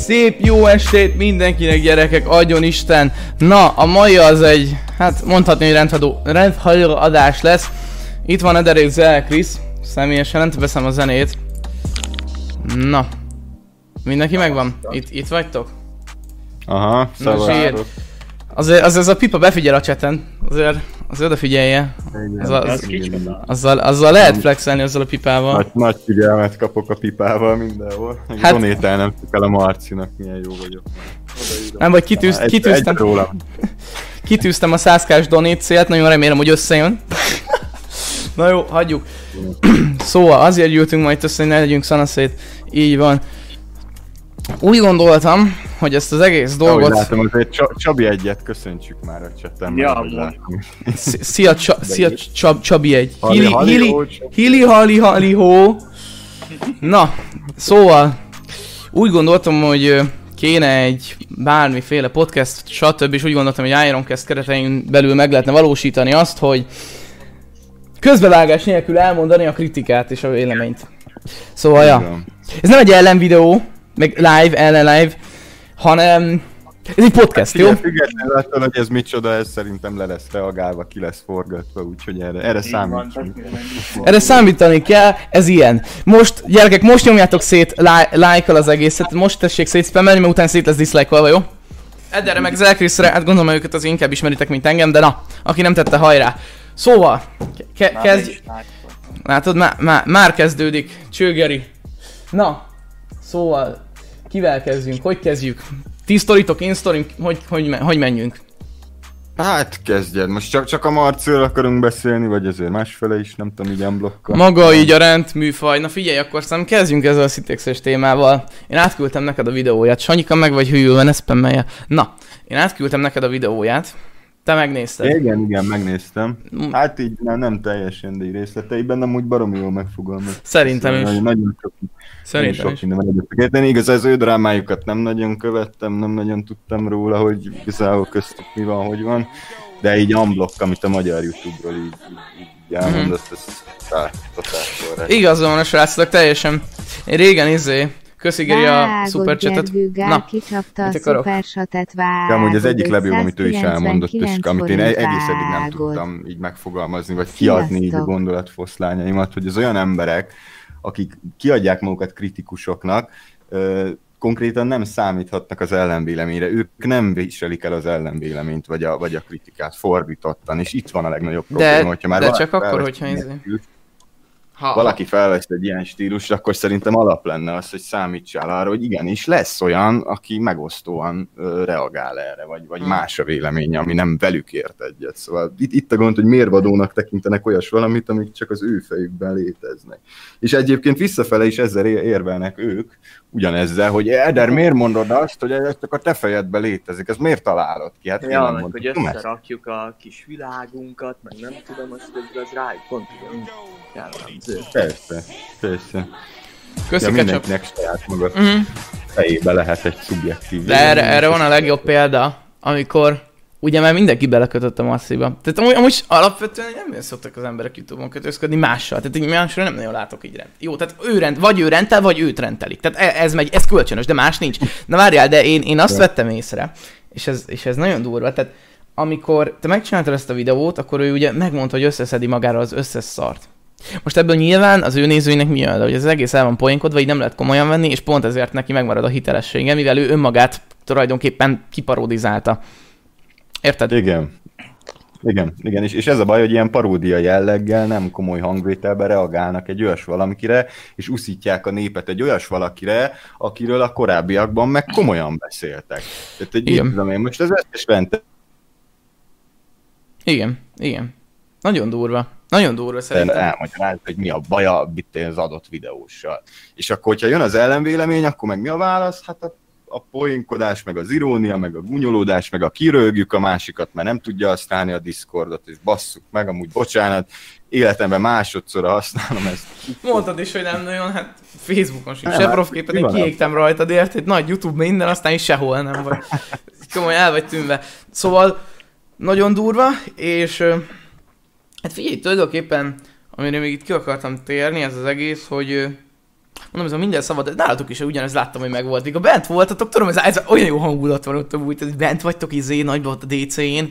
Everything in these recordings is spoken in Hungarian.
Szép jó estét mindenkinek, gyerekek, adjon Isten! Na, a mai az egy, hát mondhatni, hogy rendhagyó adás lesz. Itt van Ederék Zelkris, személyesen nem veszem a zenét. Na, mindenki megvan? Itt vagytok? Aha, szóval. Azért ez a pipa befigyel a chaten, azért odafigyelje. Azzal lehet flexelni azzal a pipával. Nagy figyelmet kapok a pipával mindenhol. Hát... Donételnem el a Marcinak, milyen jó vagyok. Nem vagy, kitűztem a 100k-s donét célt, nagyon remélem, hogy összejön. Na jó, hagyjuk. Szóval azért gyűltünk majd össze, hogy ne legyünk szanaszét. Így van. Úgy gondoltam, hogy ezt az egész dolgot... Látom, azért Csabi egyet köszöntsük már a chaten. Ja, szia Csabi egy. Hili hó. Na, szóval úgy gondoltam, hogy kéne egy bármiféle podcast, stb. És úgy gondoltam, hogy Ironcast keretein belül meg lehetne valósítani azt, hogy közbevágás nélkül elmondani a kritikát és a véleményt. Szóval, ja. Ez nem egy ellenvideó, meg live, hanem ez egy podcast, jó? Függetlenül attól, hogy ez micsoda, ez szerintem le lesz reagálva, ki lesz forgatva, úgyhogy erre számítsunk. Erre számítani kell, ez ilyen. Most, gyerekek, most nyomjátok szét like-kal az egészet, most tessék szétspammelni, mert utána szét lesz dislike-olva, jó? Ederre meg Zelkrisre, hát gondolom, hogy őket az inkább ismeritek, mint engem, de na, aki nem tette, hajrá. Szóval, kezdj... Látod, már kezdődik, Csőgeri. Na, szóval... Kivel kezdjünk? Hogy kezdjük? Ti sztoritok, én sztorim, hogy menjünk? Hát kezdjed, most csak a Marciról akarunk beszélni, vagy ezért másfele is, nem tudom, így unblokkal. Maga így a rendműfaj. Na figyelj, akkor szerintem kezdjünk ezzel a Citexes témával. Én átküldtem neked a videóját. Sanyika, meg vagy hűlve, ne spammelje. Na, én átküldtem neked a videóját. Te megnézted? Igen, megnéztem. Hát így nem teljesen, de így részleteiben nem úgy baromi jól megfogalmaz. Szerintem is. Nagyon sok minden egyet érteni. Igaz, az ő drámájukat nem nagyon követtem, nem nagyon tudtam róla, hogy igazából köztük mi van, hogy van. De így unblock, amit a magyar YouTube-ról így elmondott, ez totál korrekt. Igazán van a srácok, teljesen. Én régen köszi Geri a szupercsetet. Na, kicsapta a szupercsetet, vágod. Amúgy az egyik legjobb, amit ő is elmondott, és amit én egész eddig nem tudtam így megfogalmazni, vagy kiadni így a gondolatfoszlányaimat, hogy az olyan emberek, akik kiadják magukat kritikusoknak, konkrétan nem számíthatnak az ellenvéleményre. Ők nem viselik el az ellenvéleményt, vagy a kritikát fordítottan, és itt van a legnagyobb probléma, hogyha már de csak akkor, hogyha ha valaki felvesz egy ilyen stílust, akkor szerintem alap lenne az, hogy számítsál arra, hogy igenis lesz olyan, aki megosztóan reagál erre, vagy más a véleménye, ami nem velük ért egyet. Szóval itt a gond, hogy mérvadónak tekintenek olyas valamit, amik csak az ő fejükben léteznek. És egyébként visszafele is ezzel érvelnek ők, ugyanezzel, hogy Eder, miért mondod azt, hogy ez csak a te fejedben létezik, ez miért találod ki? Hát ja, meg hogy összerakjuk a kis világunkat, meg nem tudom, azt az rájuk pont Persze. Köszi, mindenkinek saját maga fejébe lehet egy szubjektív. De erre van a legjobb példa, amikor ugye már mindenki belekötött a masszíba. Tehát amúgy alapvetően nem szoktak az emberek YouTube-on kötőzködni mással. Tehát így másra nem nagyon látok így rend. Jó, tehát vagy ő rendel, vagy őt rendelik. Tehát ez kölcsönös, de más nincs. Na várjál, de én azt vettem észre, és ez nagyon durva. Tehát amikor te megcsináltad ezt a videót, akkor ő ugye megmondta, hogy összeszedi magára az összes szart. Most ebből nyilván az ő nézőinek mi jön, hogy ez egész el van poénkodva, így nem lehet komolyan venni, és pont ezért neki megmarad a hitelessége, mivel ő önmagát tulajdonképpen kiparodizálta. Érted? Igen, és ez a baj, hogy ilyen paródia jelleggel, nem komoly hangvételben reagálnak egy olyas valamikire, és uszítják a népet egy olyas valakire, akiről a korábbiakban meg komolyan beszéltek. Tehát én most az összes rend. Igen. Nagyon durva szerintem. Elmagyaráz, hogy mi a baja az adott videóssal. És akkor, hogyha jön az ellenvélemény, akkor meg mi a válasz? Hát a poénkodás, meg az irónia, meg a gúnyolódás, meg a kirögjük a másikat, mert nem tudja használni a Discordot, és basszuk meg, amúgy bocsánat, életemben másodszorra használom ezt. Mondtad is, hogy nem nagyon, hát Facebookon sem, se profilképet, én kiégtem rajtad, érted? Nagy YouTube minden, aztán is sehol nem vagy. Komoly, el vagy tűnve. Szóval nagyon durva, és hát figyelj, tulajdonképpen, amire még itt ki akartam térni, ez az egész, hogy Mondom, ez a minden szabad, de nálatok is ugyanez láttam, hogy megvolt. Míg a bent voltatok, tudom, ez olyan jó hangulat van ott amúgy, hogy bent vagytok nagyban ott a DC-n,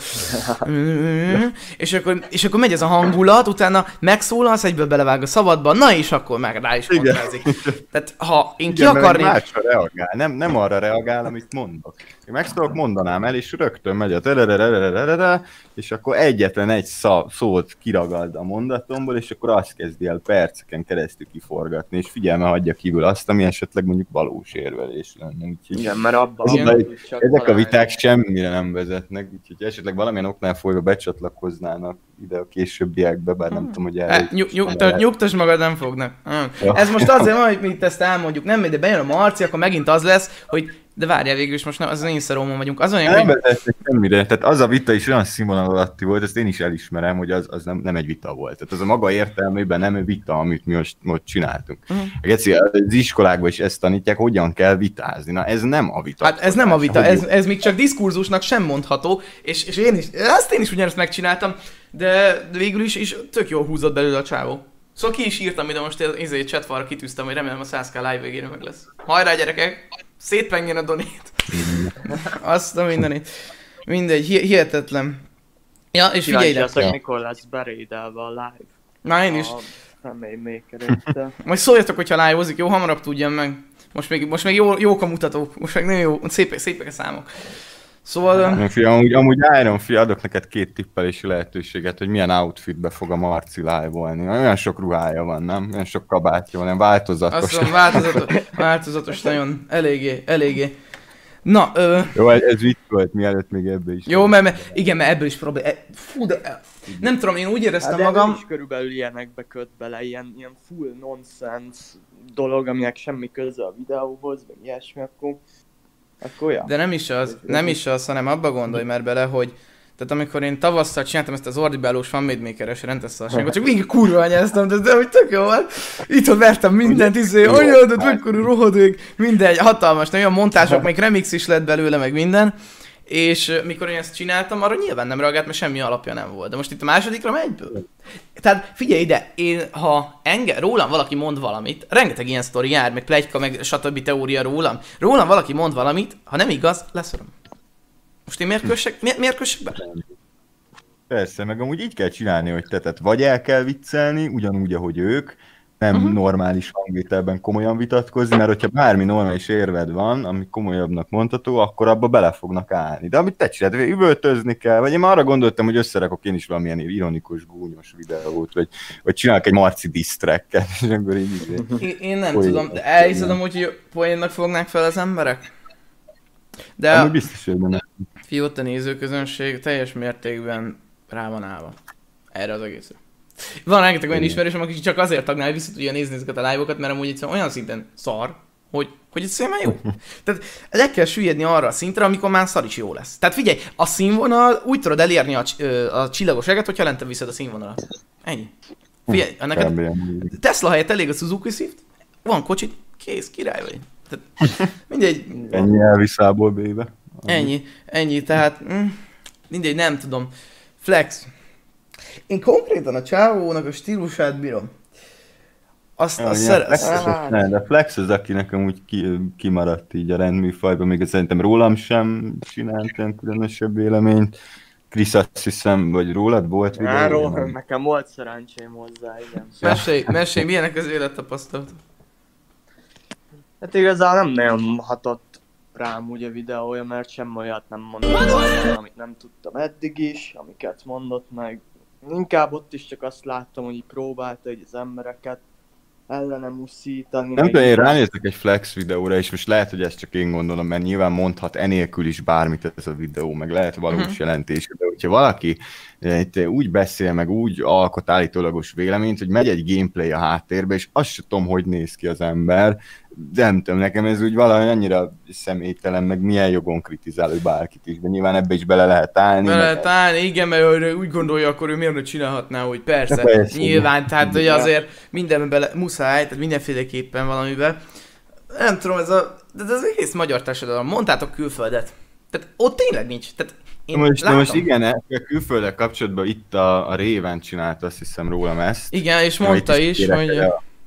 és akkor megy ez a hangulat, utána megszólalsz, egyből belevág a szabadba, na és akkor meg rá is kontrázik. Tehát ha én ki akarnék... másra reagál, nem arra reagál, amit mondok. Én megszólok, mondanám el, és rögtön megy a és akkor egyetlen egy szót kiragad a mondatomból, és akkor azt kezdi el perceken keresztül kiforgatni, és figyelme hagyja kívül azt, ami esetleg mondjuk valós érvelés lenne. Úgyhogy igen, mert abban ezek a viták semmire nem vezetnek, úgyhogy esetleg valamilyen oknál folyva becsatlakoznának ide a későbbiekbe, bár nem tudom, hogy nyugtass magad, nem fognak. Ez most azért van, hogy mi itt ezt elmondjuk, nem, de bejön a Marci, akkor megint az lesz, hogy de várjál, végül is most nem, az én szerómon vagyunk. Az olyan, nem vezetnek semmire, tehát az a vita is olyan színvonal alatti volt, ezt én is elismerem, hogy az nem egy vita volt. Tehát az a maga értelmében nem vita, amit mi most csináltunk. Az iskolákban is ezt tanítják, hogyan kell vitázni. Na ez nem a vita. Hát ez nem a vita, ez még csak diskurzusnak sem mondható, és én is ugyanezt megcsináltam, de végül is tök jól húzott belőle a csávó. Szóval ki is írtam ide most, chatfalra kitűztem, hogy remélem a 100k live végére meg lesz. Hajrá gyerekek! Szétpengjen a donét. Azt a mindenit. Mindegy, hihetetlen. Ja, és figyelj ide. Kíváncsi mikor lesz berédelve a live. Már én is. Majd szóljatok, hogyha live-ozik, jó? Hamarabb tudjam meg. Most még jók a mutatók. Most meg nagyon jó, szépek a számok. Szóval... Amúgy Iron Fi, adok neked 2 tippelési lehetőséget, hogy milyen outfitbe fog a Marci live-olni. Olyan sok ruhája van, nem? Olyan sok kabátja van, nem változatos. Azt változatos nagyon. Eléggé. Na, Jó, ez vicc volt, mielőtt még ebből is. Jó, mert ebből is probléma. Fú, de... Nem tudom, én úgy éreztem magam... De is körülbelül ilyenekbe köt bele, ilyen full nonsense dolog, aminek semmi köze a videóhoz, vagy ilyesmi, akkor ja. De nem is az, hanem abba gondolj már bele, hogy tehát amikor én tavasszal csináltam ezt az ordibálós fanmade makeres rendtesztalságot, csak mindig kurva anyáztam, de hogy tök jó van. Itthon vertem mindent, anyádat, mekkora rohadék, mindegy, hatalmas, olyan montázsok, még remix is lett belőle, meg minden. És mikor én ezt csináltam, arra nyilván nem reagált, mert semmi alapja nem volt. De most itt a másodikra megyből. Tehát figyelj ide, ha rólam valaki mond valamit, rengeteg ilyen sztori jár, meg pletyka, meg stb. Teória rólam. Rólam valaki mond valamit, ha nem igaz, leszorom. Most én miért kössek be? Persze, meg amúgy így kell csinálni, hogy tehát vagy el kell viccelni, ugyanúgy, ahogy ők, nem normális hangvételben komolyan vitatkozni, mert hogyha bármi normális érved van, ami komolyabbnak mondható, akkor abba bele fognak állni. De amit te csinálod, üvöltözni kell, vagy én már arra gondoltam, hogy összerakok én is valamilyen ironikus, gúnyos videót, vagy csinálok egy Marci diss tracket, és akkor így... Én nem tudom, de elhiszed amúgy, hogy poénnak fognák fel az emberek? De amúgy biztos, hogy nem. Fióta nézőközönség teljes mértékben rá van állva. Erre az egészre. Van rengeteg olyan ismerősöm, akik csak azért tagnál, hogy vissza tudja nézni ezeket a live-okat, mert amúgy egyszerűen olyan szinten szar, hogy egyszerűen már jó. Tehát le kell süllyedni arra a szintre, amikor már szar is jó lesz. Tehát figyelj, a színvonal úgy tudod elérni a csillagosságot, hogyha lentebb viszed a színvonalat. Ennyi. Figyelj, neked Tesla helyett elég a Suzuki Swift, van kocsit, kész, király vagy. Tehát mindegy. Ennyi elviszából bébe. Ennyi, tehát mindegy, nem tudom. Flex. Én konkrétan a csávónak a stílusát bírom. De Flex az, aki nekem úgy kimaradt így a rendműfajban, még szerintem rólam sem csináltam különösebb véleményt. Krisz, azt hiszem, vagy rólad volt videó? Nekem volt szerencsém hozzá, igen. Mesélj, milyenek az élettapasztalat? Hát igazán nem nagyon hatott rám úgy a videója, mert semmi olyat nem mondott, amit nem tudtam eddig is, amiket mondott meg. Inkább ott is csak azt láttam, hogy így próbálta így az embereket ellenem uszítani. Nem tudom, én ránéztek egy Flex videóra, és most lehet, hogy ezt csak én gondolom, mert nyilván mondhat enélkül is bármit ez a videó, meg lehet valós jelentés, de hogyha valaki úgy beszél, meg úgy alkot állítólagos véleményt, hogy megy egy gameplay a háttérbe, és azt sem tudom, hogy néz ki az ember, de nem tudom, nekem ez úgy valahogy annyira személytelen, meg milyen jogon kritizál ő bárkit is, de nyilván ebbe is bele lehet állni. Bele lehet állni, igen, mert úgy gondolja, akkor ő miért ne csinálhatná, hogy persze, nyilván, tehát hogy azért mindenben bele muszáj, tehát mindenféleképpen valamiben. Nem tudom, de ez egész magyar társadalom, mondtátok külföldet, tehát ott tényleg nincs, tehát most igen, a külföldek kapcsolatban itt a Réven csinált, azt hiszem rólam ezt. Igen, és mondta is, hogy...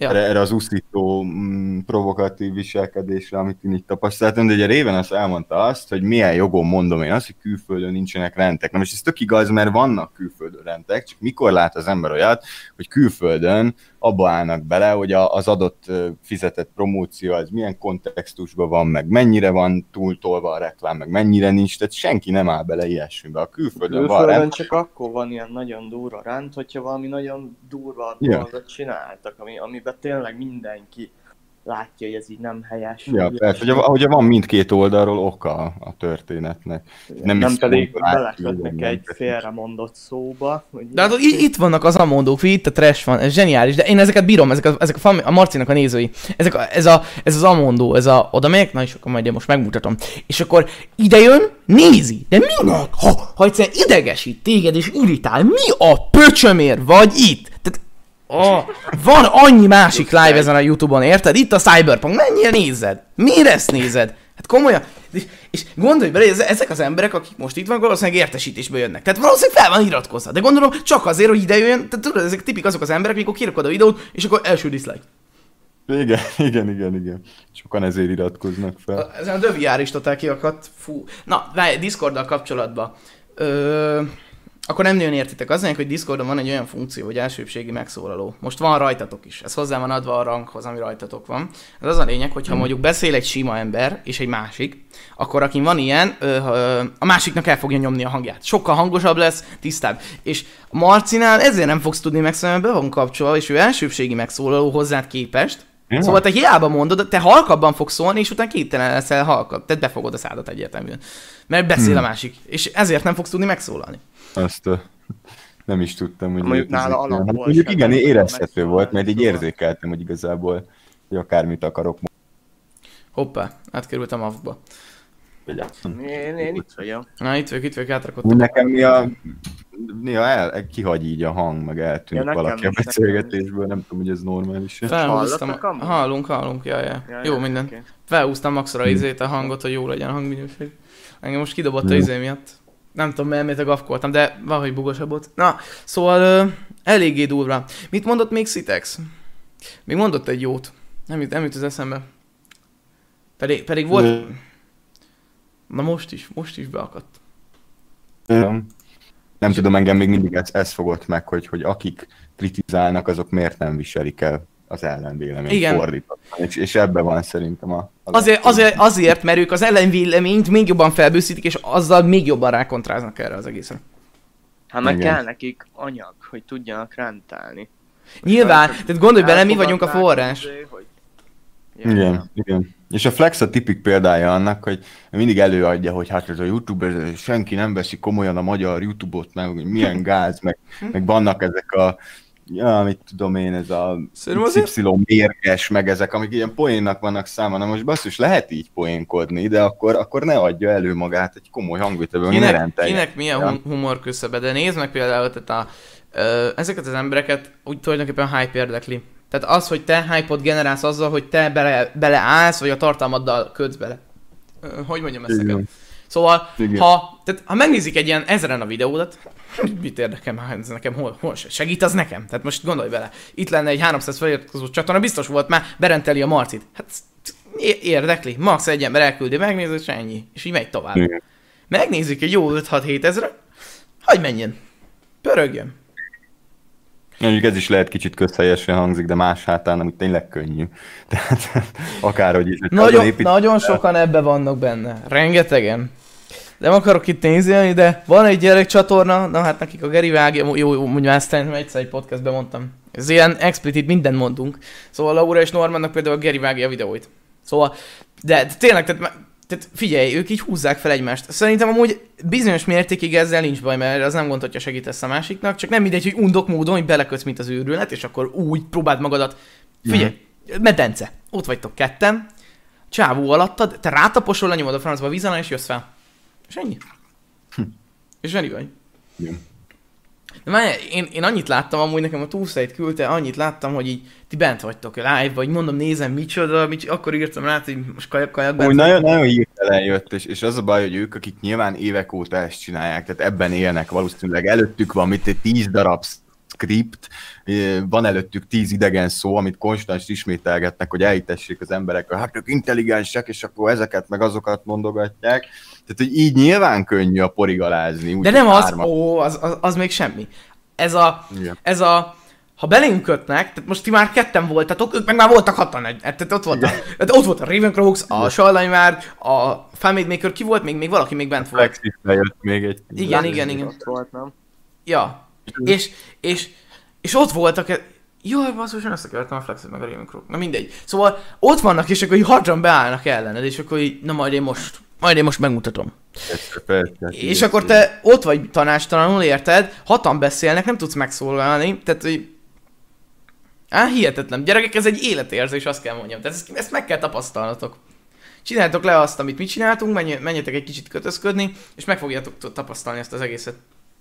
erre az uszító, provokatív viselkedésre, amit én itt tapasztaltam, de ugye Réven azt elmondta azt, hogy milyen jogon mondom én azt, hogy külföldön nincsenek rendek. Na most ez tök igaz, mert vannak külföldön rendek, csak mikor lát az ember olyat, hogy külföldön abba állnak bele, hogy az adott fizetett promóció az milyen kontextusban van, meg mennyire van túltolva a reklám, meg mennyire nincs, tehát senki nem áll bele ilyesmibe. A külföldön van rend. Csak akkor van ilyen nagyon durva rend, hogyha valami nagyon durva dolgot csináltak, amiben tényleg mindenki látja, hogy ez így nem helyes. Ja, persze, hogy van mindkét oldalról oka a történetnek. Nem pedig belekötnek egy félremondott szóba. De hát itt vannak az amondók, itt a trash van, ez zseniális, de én ezeket bírom, ezek a Marcinak a nézői. Ez az amondó, oda megyek, na és akkor majd én most megmutatom. És akkor idejön, nézi, de minek? Ha egyszerűen idegesít téged és irritál, mi a pöcsömér vagy itt? Tehát van annyi másik live ezen a YouTube-on, érted? Itt a Cyberpunk, mennyire nézed? Miért ezt nézed? Hát komolyan. És gondolj bele, hogy ezek az emberek, akik most itt vannak, valószínűleg értesítésből jönnek. Tehát valószínűleg fel van iratkozva. De gondolom csak azért, hogy ide jöjjön, tehát tudod, ezek tipik azok az emberek, amikor kirakod a videót, és akkor első dislike. Igen. Sokan ezért iratkoznak fel. Ezen a Dövi is totál kiakadt. Fú. Na, várj, Discorddal kapcsolatban. Akkor nem nagyon értitek. Az lényeg, hogy Discordon van egy olyan funkció, hogy elsőbségi megszólaló. Most van rajtatok is. Ez hozzá van adva a ranghoz, ami rajtatok van. Ez az a lényeg, hogyha mondjuk beszél egy sima ember és egy másik, akkor akin van ilyen, a másiknak el fogja nyomni a hangját. Sokkal hangosabb lesz, tisztább. És a Marcinál ezért nem fogsz tudni megszólalni, mert be van kapcsolva, és ő elsőbségi megszólaló hozzád képest. Szóval te hiába mondod, te halkabban fogsz szólni, és utána képtelen leszel halkabb. Tehát befogod a szádat egyértelműen. Mert beszél a másik. És ezért nem fogsz tudni megszólalni. Azt nem is tudtam, hogy mondjuk nála alapból. Mondjuk igen, érezhető volt, mert így érzékeltem, hogy igazából hogy akármit akarok. Hoppá, átkerültem AFK-ba. Én itt vagyok. Na, itt vagyok, átrakodtam. Nekem néha kihagy így a hang, meg eltűnik valaki a beszélgetésből, nem tudom, hogy ez normális. Felhúztam, hallunk, jaj. Jó, minden. Okay. Felhúztam maxra a hangot, hogy jó legyen a hangminőség. Engem most kidobott a miatt. Nem tudom, mert gafkoltam, de valahogy bugosabb volt. Na, szóval eléggé durva. Mit mondott még Sitex? Még mondott egy jót. Nem jut az eszembe. Pedig volt... Na most is beakadt. Nem tudom, engem még mindig ez fogott meg, hogy akik kritizálnak, azok miért nem viselik el az ellenvéleményt fordítottan. És ebben van szerintem azért, mert ők az ellenvéleményt még jobban felbőszítik, és azzal még jobban rákontráznak erre az egészre. Hát meg kell nekik anyag, hogy tudjanak rendálni. Nyilván, tehát gondolj bele, mi vagyunk a forrás. Igen. És a Flex a tipik példája annak, hogy mindig előadja, hogy hát ez a YouTube, senki nem veszi komolyan a magyar YouTube-ot, meg milyen gáz, meg vannak ezek a, mit tudom én, ez a Y mérges, meg ezek, amik ilyen poénnak vannak száma. Na most basszus, lehet így poénkodni, de akkor ne adja elő magát egy komoly hangvételből, ne rendelje. Kinek milyen humor küszöbe, de nézd meg például, tehát ezeket az embereket úgy tulajdonképpen hype érdekli. Tehát az, hogy te hype-ot generálsz azzal, hogy te beleállsz, vagy a tartalmaddal kötsz bele. Hogy mondjam ezt neked? Szóval, ha megnézik egy ilyen 1000-en a videódat, mit érdekel már ez nekem, hol segít az nekem? Tehát most gondolj bele, itt lenne egy 300 feliratkozó csatorna, biztos volt már, berendeli a Marcit. Hát érdekli, max. Egy ember elküldi, megnézi, és ennyi. És így megy tovább. Igen. Megnézik egy jó 5-6-7 ezre, hagyj menjen. Pörögjön. Mondjuk ez is lehet kicsit közhelyesen hangzik, de más hátán, amit tényleg könnyű. Tehát akárhogy is. Nagyon sokan ebbe vannak benne. Rengetegen. Nem akarok itt nézni, de van egy gyerekcsatorna, na hát nekik a Geri vágja, jó, mondjuk ezt egyszer egy podcastben mondtam. Ez ilyen explicit, mindent mondunk. Szóval Laura és Normannak például a Geri vágja a videóit. Szóval, de tényleg, tehát figyelj, ők így húzzák fel egymást. Szerintem amúgy bizonyos mértékig ezzel nincs baj, mert az nem gond, hogyha segítesz a másiknak, csak nem mindegy, hogy undok módon, hogy belekötsz, mint az őrület, és akkor úgy próbáld magadat. Figyelj, medence, ott vagytok ketten, csávó alattad, te rátaposol, lenyomod a francba a víz alá, és jössz fel. És ennyi. És zseni vagy. De már én annyit láttam, amúgy nekem a túlszeit küldte, annyit láttam, hogy így ti bent vagytok live-ba, így mondom, nézem micsoda, akkor írtam rá, hogy most kajak bent. Úgy nagyon hirtelen jött, és az a baj, hogy ők, akik nyilván évek óta ezt csinálják, tehát ebben élnek valószínűleg, előttük van, 10 darab script, van előttük 10 idegen szó, amit konstans ismételgetnek, hogy elhitessék az emberek, hogy hát ők intelligensek, és akkor ezeket meg azokat mondogatják. Tehát, hogy így nyilván könnyű a porigalázni. De nem az még semmi. Ez a ha belénk kötnek, tehát most ti már ketten voltatok, ők meg már voltak hatan, tehát ott voltak. Tehát ott volt a Ravencrox, a Sallanymár, a Family Maker, ki volt még valaki még bent volt. Flexisre jött még egy... Igen. Ott volt, nem? Ja. És ott voltak... Jaj, basszus, én összekevertem a Flexit meg a Ravencrox. Na mindegy. Szóval ott vannak, és akkor így hadran beállnak ellened, és akkor így, na majd én most megmutatom. És akkor te ott vagy tanácstalanul, érted? Hatan beszélnek, nem tudsz megszólalni, tehát hogy... hihetetlen. Gyerekek, ez egy életérzés, azt kell mondjam. Tehát ezt meg kell tapasztalnatok. Csináljátok le azt, amit mi csináltunk, menjetek egy kicsit kötözködni, és meg fogjátok tapasztalni ezt az egészet.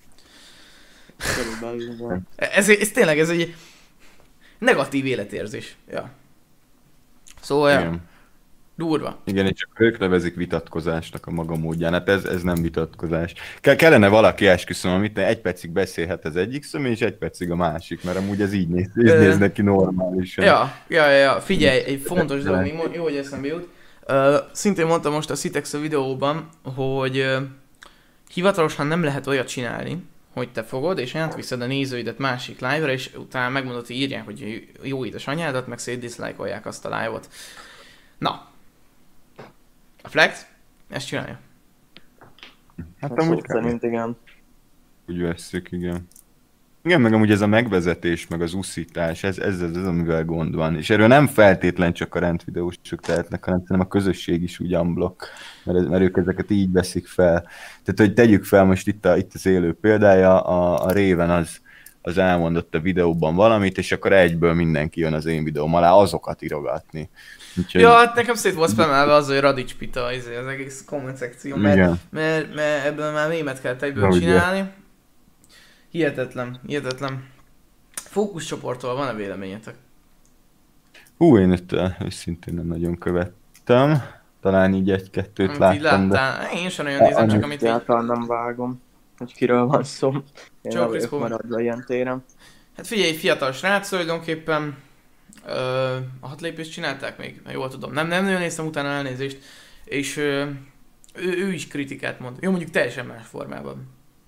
Ez tényleg, ez egy negatív életérzés. Ja. Szóval, ja. Durva. Igen, és csak ők nevezik vitatkozásnak a maga módján. Hát ez nem vitatkozás. Kellene valaki, esküszöm, amit egy percig beszélhet az egyik személy, és egy percig a másik, mert amúgy ez így néz neki normálisan. Ja. Figyelj, egy fontos dolog, jó, hogy eszembe jut. Szintén mondtam most a Citex videóban, hogy hivatalosan nem lehet olyat csinálni, hogy te fogod, és átviszed a nézőidet másik live-ra, és utána megmondod, hogy írják, hogy jó édesanyádat, meg szétdiszlájkolják azt a live-ot. Na. A Flex ezt csinálja. Hát amúgy szerint igen. Úgy vesszük, igen. Igen, meg amúgy ez a megvezetés, meg az uszítás, ez amivel gond van. És erről nem feltétlen csak a rendvideósok tehetnek, hanem a közösség is úgy unblock, mert ők ezeket így veszik fel. Tehát, hogy tegyük fel most itt az élő példája, a Raven az elmondott a videóban valamit, és akkor egyből mindenki jön az én videóm alá azokat írogatni. Úgyhogy... Ja, hát nekem szét volt spamelve az, hogy Radics Pita az egész komment szekció, mert ebből már mémet kellett egyből csinálni. Hihetetlen. Fókuszcsoporttól van-e véleményetek? Én itt őszintén nem nagyon követtem. Talán így egy-kettőt láttam, de... Én sem nagyon nézem, csak amit így... nem vágom, hogy kiről van szó. Én nem vagyok maradva ilyen téren. Hát figyelj, fiatal srác tulajdonképpen. A 6 lépést csinálták még, ha jól tudom. Nem nagyon néztem utána elnézést. És ő is kritikát mond. Jó, mondjuk teljesen más formában.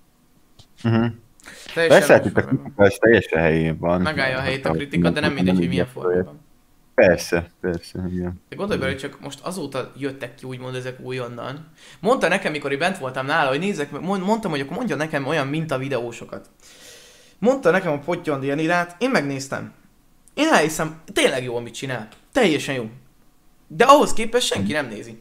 Persze, hát itt a kritikás teljesen helyén van. Megállja a helyét a kritika, de nem mindegy, hogy milyen formában. Persze, igen. De gondolj bele, hogy csak most azóta jöttek ki úgymond ezek újonnan. Mondta nekem, mikor én bent voltam nála, hogy nézzek, mondtam, hogy akkor mondja nekem olyan mintavideósokat. Mondta nekem a Pottyond Janirát, én megnéztem. Én elhiszem, tényleg jó, amit csinál. Teljesen jó. De ahhoz képest senki nem nézi.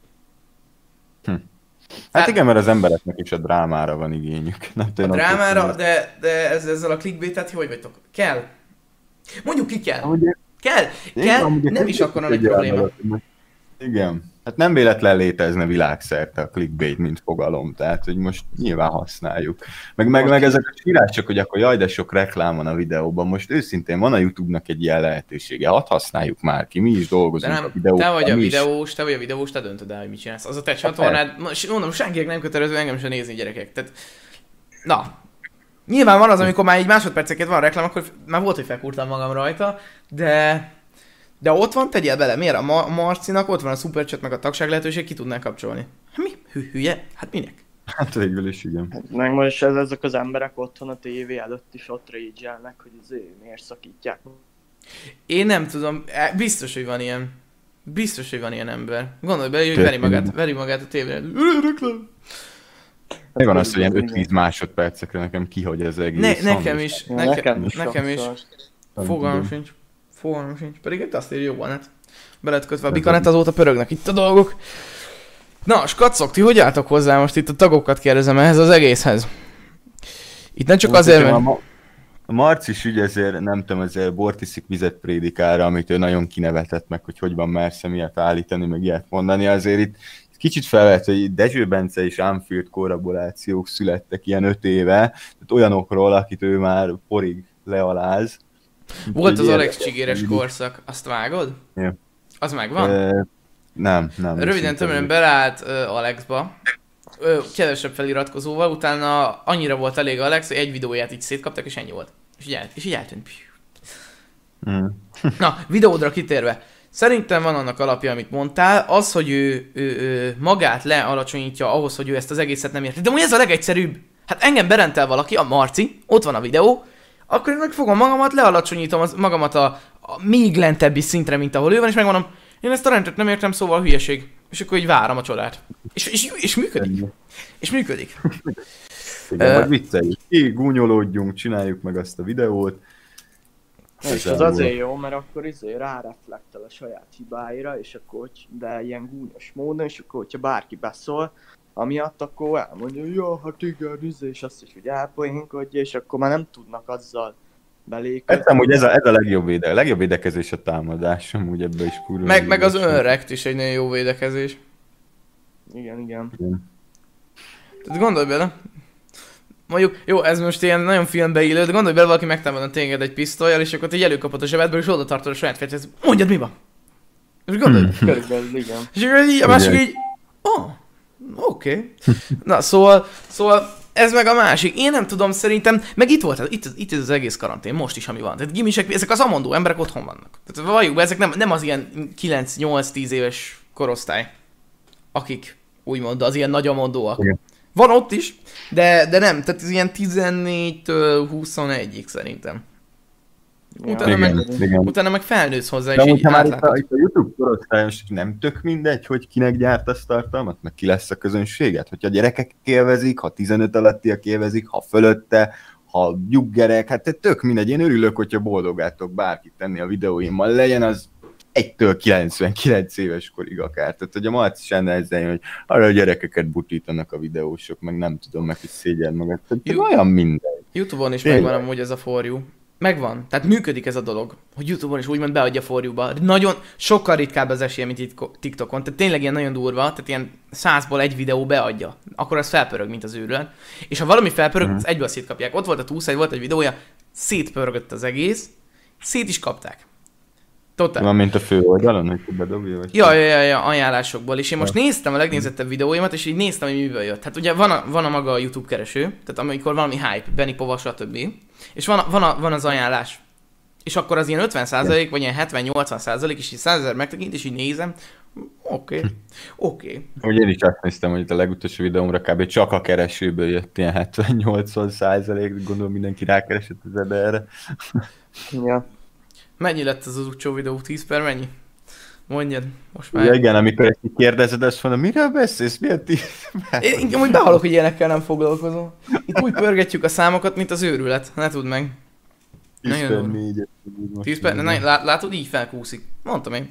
Hát igen, mert az embereknek is a drámára van igényük. Nem a drámára, de ezzel a clickbaitet hogy vagytok? Kell. Mondjuk ki kell. Kell, nem is akkora nagy probléma. Igen. Hát nem véletlen létezne világszerte a clickbait, mint fogalom, tehát hogy most nyilván használjuk. Meg ezek a sírások, hogy akkor jaj, de sok reklám van a videóban, most őszintén van a YouTube-nak egy ilyen lehetősége, hadd használjuk már ki, mi is dolgozunk a videóban. Te vagy a videós, te döntöd el, hogy mit csinálsz. Az a te csatornád, mondom, senkinek nem kötelező engem sem nézni, gyerekek. Tehát, na, nyilván van az, amikor már egy másodperceket van a reklám, akkor már volt, hogy felkúrtam magam rajta, de ott van, tegyél bele, miért? A Marcinak ott van a superchat meg a tagság lehetőség, ki tudnál kapcsolni. Hát mi? Hülye? Hát minek? Hát végül is igen. Hát meg most ezek az emberek otthon a tévé előtt is ott rage-elnek, hogy miért szakítják. Én nem tudom, biztos, hogy van ilyen. Biztos, hogy van ilyen ember. Gondolj bele, hogy veri magát a tévére. Mi van az, hogy ilyen 5-10 másodpercekre nekem kihagy ez egész? Nekem is. Fogalmam sincs. Pedig itt azt írja, jó van, hát be lett kötve a bikanet, azóta pörögnek itt a dolgok. Na, skacok, ti hogy álltok hozzá? Most itt a tagokat kérdezem ehhez az egészhez. Itt nem csak azért, mert... A Marcis ügy ezért, nem tudom, ezért bortiszik vizet prédikára, amit ő nagyon kinevetett meg, hogy van merszem ilyet állítani, meg ilyet mondani. Azért itt kicsit felvett, hogy Dezső Bence és Anfield kollaborációk születtek ilyen 5 éve, tehát olyanokról, akit ő már porig lealáz. Volt az Alex Csigéres korszak, azt vágod? Ja. Az megvan? Nem. Röviden tömören beleállt Alexba, kevesebb feliratkozóval, utána annyira volt elég Alex, hogy egy videóját így szétkaptak, és ennyi volt. És így eltűnt. Na, videódra kitérve. Szerintem van annak alapja, amit mondtál, az, hogy ő magát lealacsonyítja ahhoz, hogy ő ezt az egészet nem érti. De úgy ez a legegyszerűbb. Hát engem berentel valaki, a Marci, ott van a videó, akkor én megfogom magamat, lealacsonyítom magamat a még lentebbi szintre, mint ahol ő van, és megmondom, én ezt a rendet nem értem, szóval hülyeség. És akkor így várom a csodát. És működik. És működik. Igen, vagy vicceljük ki, gúnyolódjunk, csináljuk meg azt a videót. És az azért jó, mert akkor ráreflektel a saját hibáira, és akkor, de ilyen gúnyos módon, és akkor, hogyha bárki beszól, amiatt akkor elmondja, hogy ja, hát igen, és azt is úgy elpoénkodja, és akkor már nem tudnak azzal beléközni. Értem, hogy ez a legjobb védekezés a támadás, amúgy ebbe is kurva. Meg az önrekt is egy nagyon jó védekezés. Igen. Tehát gondolj bele. Mondjuk, jó, ez most ilyen nagyon filmbe illő, de gondolj bele, valaki megtámadna téged egy pisztollyal, és akkor így előkapod a zsebedből, és oda tartod a saját fegyvert, mondjad, mi van? És gondolj. Körülbelül, igen. És akkor így, a másik így, oké. Na, szóval ez meg a másik. Én nem tudom, szerintem, meg itt volt, itt az egész karantén, most is, ami van. Tehát gimisek, ezek az amondó emberek otthon vannak. Tehát valljuk be, ezek nem az ilyen 9-8-10 éves korosztály, akik úgymond az ilyen nagy amondóak. Igen. Van ott is, de nem, tehát ez ilyen 14-től 21-ig szerintem. Ja, utána meg felnősz hozzá, de és így átlátod. Itt a YouTube korosztályos nem tök mindegy, hogy kinek gyártasz tartalmat, meg ki lesz a közönséget. Hogyha a gyerekek élvezik, ha 15 alattiak élvezik, ha fölötte, ha nyuggerek, hát tök mindegy. Én örülök, hogyha boldogátok bárkit tenni a videóimmal, legyen az 1-től 99 éves korig akár. Tehát, hogy a Marci sem ezzel, hogy arra a gyerekeket butítanak a videósok, meg nem tudom, meg hogy szégyeld magad. Tehát olyan mindegy. YouTube-on is megvan amúgy ez a For You. Megvan. Tehát működik ez a dolog, hogy YouTube-on is úgymond beadja For You-ba. Nagyon sokkal ritkább az esélye, mint itt TikTokon. Tehát tényleg ilyen nagyon durva, tehát ilyen 100-ból egy videó beadja. Akkor az felpörög, mint az őrület. És ha valami felpörög, az egyből szétkapják. Ott volt a Túlszáj, volt egy videója, szétpörgött az egész, szét is kapták. Totál. Van, mint a fő oldalon, hogy bedobja? Ja, ajánlásokból. És én most néztem a legnézettebb videóimat, és így néztem, hogy miből jött. Hát ugye van a maga a YouTube kereső, tehát amikor valami hype, Benny Pova, stb. És van az ajánlás. És akkor az ilyen 50% vagy ilyen 70-80%, és így 100 000 megtekint, és így nézem. Oké. Ugye én is azt néztem, hogy itt a legutolsó videómra kb. Csak a keresőből jött ilyen 70-80%, gondolom mindenki rákeresett az erre. Ja. Mennyi lett az utolsó videó? 10 per mennyi? Mondjad, most már. Ja, igen, amikor ezt kérdezed, azt mondom, miről beszélsz? Miért 10 per? Én úgy behalok, hogy ilyenekkel nem foglalkozom. Itt úgy pörgetjük a számokat, mint az őrület. Ne tudd meg. 10 per 4. 10 per... Látod, így felkúszik. Mondtam én.